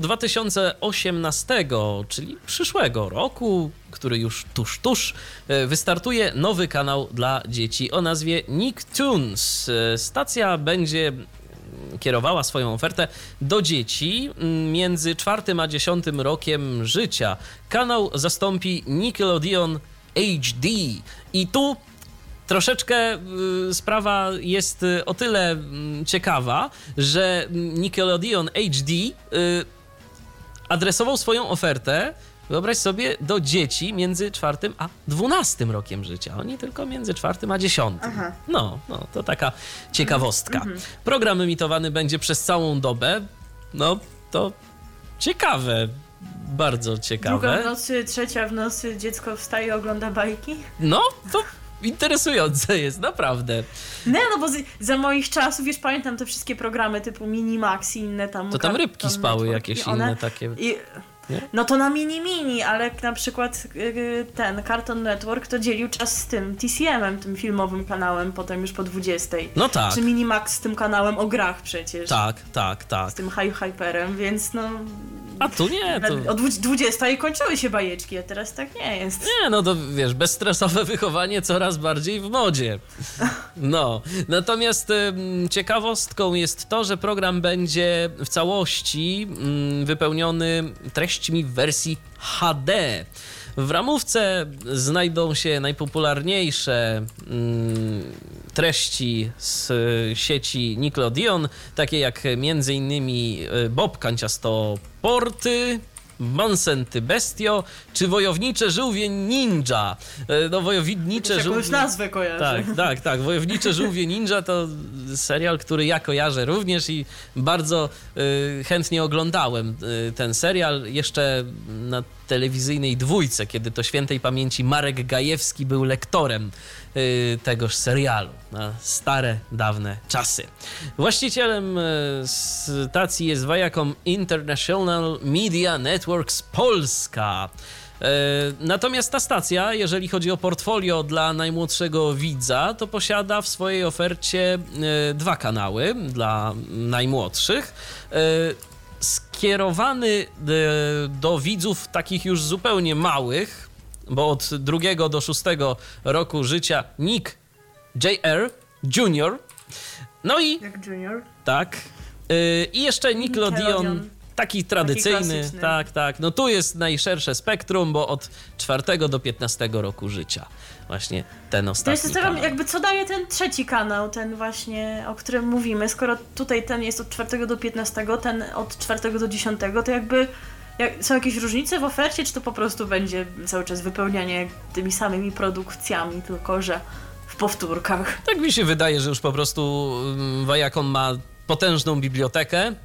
2018, czyli przyszłego roku, który już tuż, wystartuje nowy kanał dla dzieci o nazwie Nicktoons. Stacja będzie kierowała swoją ofertę do dzieci między 4 a 10 rokiem życia. Kanał zastąpi Nickelodeon HD. I tu troszeczkę sprawa jest o tyle ciekawa, że Nickelodeon HD adresował swoją ofertę, wyobraź sobie, do dzieci między 4 a 12 rokiem życia. Oni tylko między 4 a 10. Aha. No, to taka ciekawostka. Program emitowany będzie przez całą dobę. No, to ciekawe. Bardzo ciekawe. 2 w nocy, 3 w nocy, dziecko wstaje i ogląda bajki. No, to interesujące jest, naprawdę. No bo za moich czasów, wiesz, pamiętam te wszystkie programy typu Minimax i inne tam. To tam rybki spały jakieś inne takie. No to na mini, ale na przykład ten Cartoon Network to dzielił czas z tym TCM-em, tym filmowym kanałem, potem już po 20. No tak. Czy Minimax z tym kanałem o grach przecież. Tak. Z tym Hyperem, więc no... A tu nie, to... O 20 i kończyły się bajeczki, a teraz tak nie jest. Nie, no to wiesz, bezstresowe wychowanie coraz bardziej w modzie. No, natomiast ciekawostką jest to, że program będzie w całości wypełniony treściami w wersji HD. W ramówce znajdą się najpopularniejsze treści z sieci Nickelodeon, takie jak m.in. Bob Kanciasto Porty, Mansenty Bestio, czy Wojownicze Żółwie Ninja. No, Wojownicze Żółwie... Jakąś nazwę kojarzę. Tak. Wojownicze Żółwie Ninja to serial, który ja kojarzę również i bardzo chętnie oglądałem ten serial jeszcze na telewizyjnej Dwójce, kiedy to świętej pamięci Marek Gajewski był lektorem tegoż serialu na stare, dawne czasy. Właścicielem stacji jest Viacom International Media Networks Polska. Natomiast ta stacja, jeżeli chodzi o portfolio dla najmłodszego widza, to posiada w swojej ofercie 2 kanały dla najmłodszych. Skierowany do widzów takich już zupełnie małych, bo od 2 do 6 roku życia Nick Jr. Junior. No i Jak Junior. tak. I jeszcze Nickelodeon. Taki tradycyjny, tak. No tu jest najszersze spektrum, bo od 4 do 15 roku życia. Właśnie ten ostatni To jest kanał. jakby co daje ten trzeci kanał, ten właśnie, o którym mówimy. Skoro tutaj ten jest od 4 do 15, ten od 4 do 10, to jakby są jakieś różnice w ofercie, czy to po prostu będzie cały czas wypełnianie tymi samymi produkcjami, tylko że w powtórkach? Tak mi się wydaje, że już po prostu Viacom ma potężną bibliotekę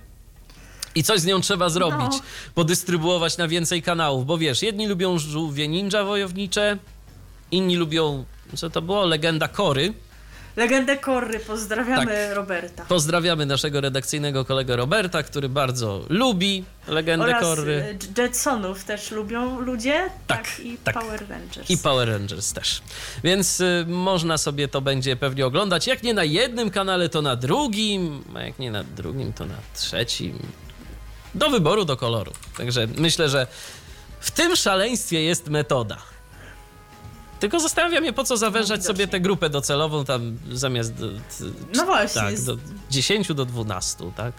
i coś z nią trzeba zrobić, podystrybuować na więcej kanałów, bo wiesz, jedni lubią żółwie ninja wojownicze, inni lubią, co to było, Legenda Korry. Legendę Korry, pozdrawiamy Tak. Roberta. Pozdrawiamy naszego redakcyjnego kolegę Roberta, który bardzo lubi Legendę Oraz Korry. Jetsonów też lubią ludzie, Tak, i tak. Power Rangers. I Power Rangers też. Więc można sobie to będzie pewnie oglądać. Jak nie na jednym kanale, to na drugim, a jak nie na drugim, to na trzecim. Do wyboru, do koloru. Także myślę, że w tym szaleństwie jest metoda. Tylko zastanawiam się, po co zawężać sobie tę grupę docelową tam zamiast No właśnie. tak, do 10 do 12, tak?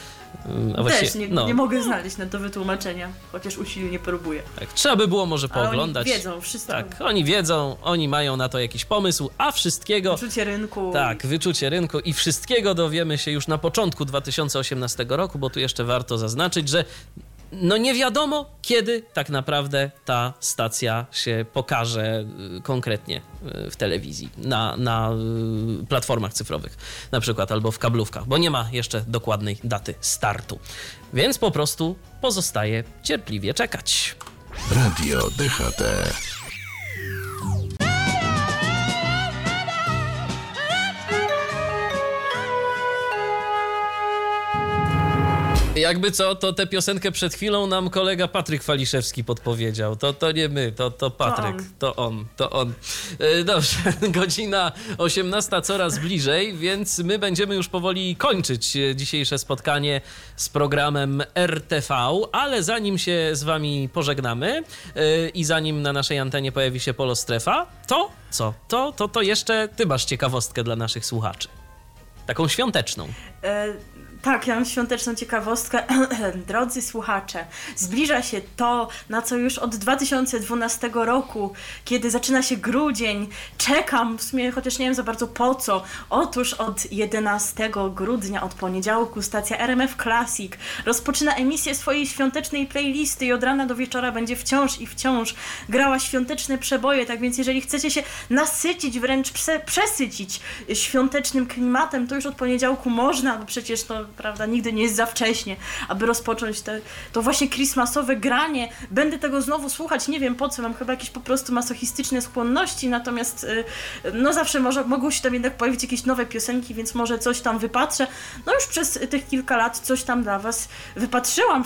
A Też właściwie, nie mogę znaleźć na to wytłumaczenia, chociaż usilnie próbuję. tak, trzeba by było może Ale pooglądać. oni wiedzą wszystko. Tak, oni wiedzą, oni mają na to jakiś pomysł, a wszystkiego... Wyczucie rynku. Tak, wyczucie rynku i wszystkiego dowiemy się już na początku 2018 roku, bo tu jeszcze warto zaznaczyć, że no nie wiadomo, kiedy tak naprawdę ta stacja się pokaże konkretnie w telewizji, na platformach cyfrowych na przykład, albo w kablówkach, bo nie ma jeszcze dokładnej daty startu. Więc po prostu pozostaje cierpliwie czekać. Radio DHT. Jakby co, to tę piosenkę przed chwilą nam kolega Patryk Waliszewski podpowiedział. To nie my, to Patryk, to on. Dobrze, godzina 18 coraz bliżej, więc my będziemy już powoli kończyć dzisiejsze spotkanie z programem RTV, ale zanim się z wami pożegnamy i zanim na naszej antenie pojawi się Polo Strefa, to co? To jeszcze ty masz ciekawostkę dla naszych słuchaczy. Taką świąteczną. Tak, ja mam świąteczną ciekawostkę. Drodzy słuchacze, zbliża się to, na co już od 2012 roku, kiedy zaczyna się grudzień, czekam, w sumie chociaż nie wiem za bardzo po co. Otóż od 11 grudnia, od poniedziałku, stacja RMF Classic rozpoczyna emisję swojej świątecznej playlisty i od rana do wieczora będzie wciąż i wciąż grała świąteczne przeboje, tak więc jeżeli chcecie się nasycić, wręcz przesycić świątecznym klimatem, to już od poniedziałku można, bo przecież to, prawda, nigdy nie jest za wcześnie, aby rozpocząć to właśnie christmasowe granie. Będę tego znowu słuchać, nie wiem po co, mam chyba jakieś po prostu masochistyczne skłonności, natomiast no zawsze mogą się tam jednak pojawić jakieś nowe piosenki, więc może coś tam wypatrzę. No już przez tych kilka lat coś tam dla was wypatrzyłam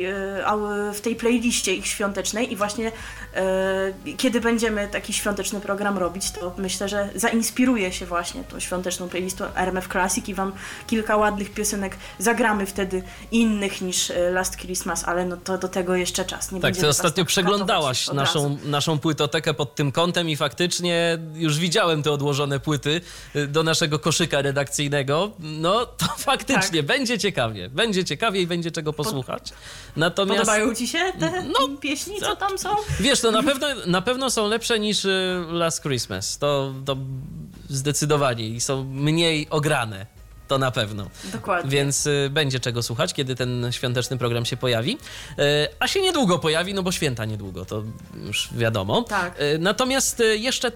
w tej playliście ich świątecznej i właśnie kiedy będziemy taki świąteczny program robić, to myślę, że zainspiruję się właśnie tą świąteczną playlistą RMF Classic i wam kilka ładnych piosenek zagramy wtedy innych niż Last Christmas, ale no to do tego jeszcze czas. Nie tak, ty ostatnio przeglądałaś naszą płytotekę pod tym kątem i faktycznie już widziałem te odłożone płyty do naszego koszyka redakcyjnego. No to faktycznie tak. Będzie ciekawie i będzie czego posłuchać. Natomiast podobają ci się te pieśni, co tam są? Wiesz, to na pewno są lepsze niż Last Christmas. To zdecydowanie i są mniej ograne. To na pewno. Dokładnie. Więc będzie czego słuchać, kiedy ten świąteczny program się pojawi. A się niedługo pojawi, no bo święta niedługo, to już wiadomo. Tak. Natomiast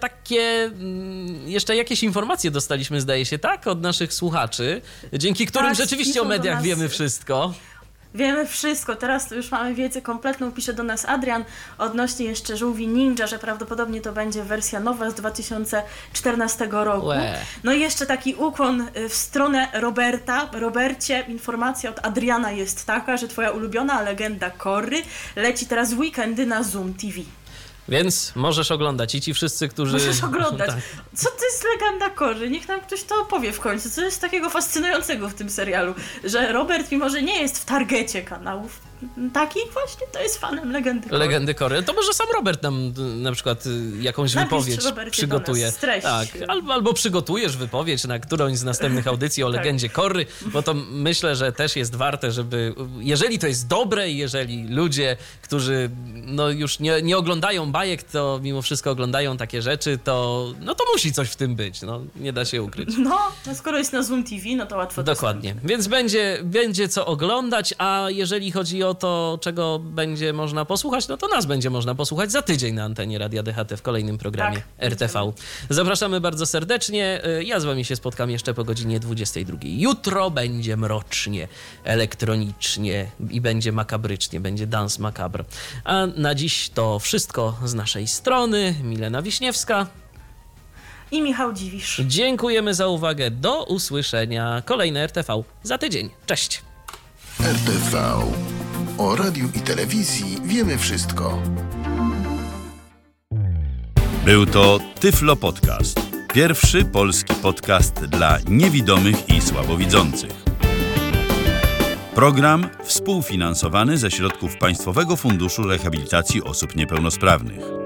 jeszcze jakieś informacje dostaliśmy, zdaje się, tak, od naszych słuchaczy, dzięki którym rzeczywiście o mediach wiemy wszystko. Wiemy wszystko, teraz już mamy wiedzę kompletną, pisze do nas Adrian odnośnie jeszcze Żółwi Ninja, że prawdopodobnie to będzie wersja nowa z 2014 roku. No i jeszcze taki ukłon w stronę Roberta. Robercie, informacja od Adriana jest taka, że twoja ulubiona Legenda Korry leci teraz w weekendy na Zoom TV. Więc możesz oglądać i ci wszyscy, którzy... Możesz oglądać. Tak. Co to jest Legenda Korry? Niech nam ktoś to opowie w końcu. Co jest takiego fascynującego w tym serialu? Że Robert, mimo że nie jest w targecie kanałów takich właśnie, to jest fanem Legendy Korry. Legendy Korry. To może sam Robert nam na przykład jakąś Napisz, wypowiedź Robercie, przygotuje. do nas, treść. Tak, albo przygotujesz wypowiedź na którąś z następnych audycji o Legendzie Korry, bo to myślę, że też jest warte, żeby, jeżeli to jest dobre i jeżeli ludzie, którzy no już nie oglądają bajek, to mimo wszystko oglądają takie rzeczy, to musi coś w tym być, no nie da się ukryć. No skoro jest na Zoom TV, no to łatwo Dokładnie, więc będzie co oglądać, a jeżeli chodzi o to, czego będzie można posłuchać, no to nas będzie można posłuchać za tydzień na antenie Radia DHT w kolejnym programie Tak, RTV. Zapraszamy bardzo serdecznie. Ja z wami się spotkam jeszcze po godzinie 22. Jutro będzie mrocznie, elektronicznie i będzie makabrycznie, będzie dans makabr. A na dziś to wszystko z naszej strony. Milena Wiśniewska. I Michał Dziwisz. Dziękujemy za uwagę. Do usłyszenia. Kolejne RTV za tydzień. Cześć. RTV. O radiu i telewizji wiemy wszystko. Był to Tyflo Podcast. Pierwszy polski podcast dla niewidomych i słabowidzących. Program współfinansowany ze środków Państwowego Funduszu Rehabilitacji Osób Niepełnosprawnych.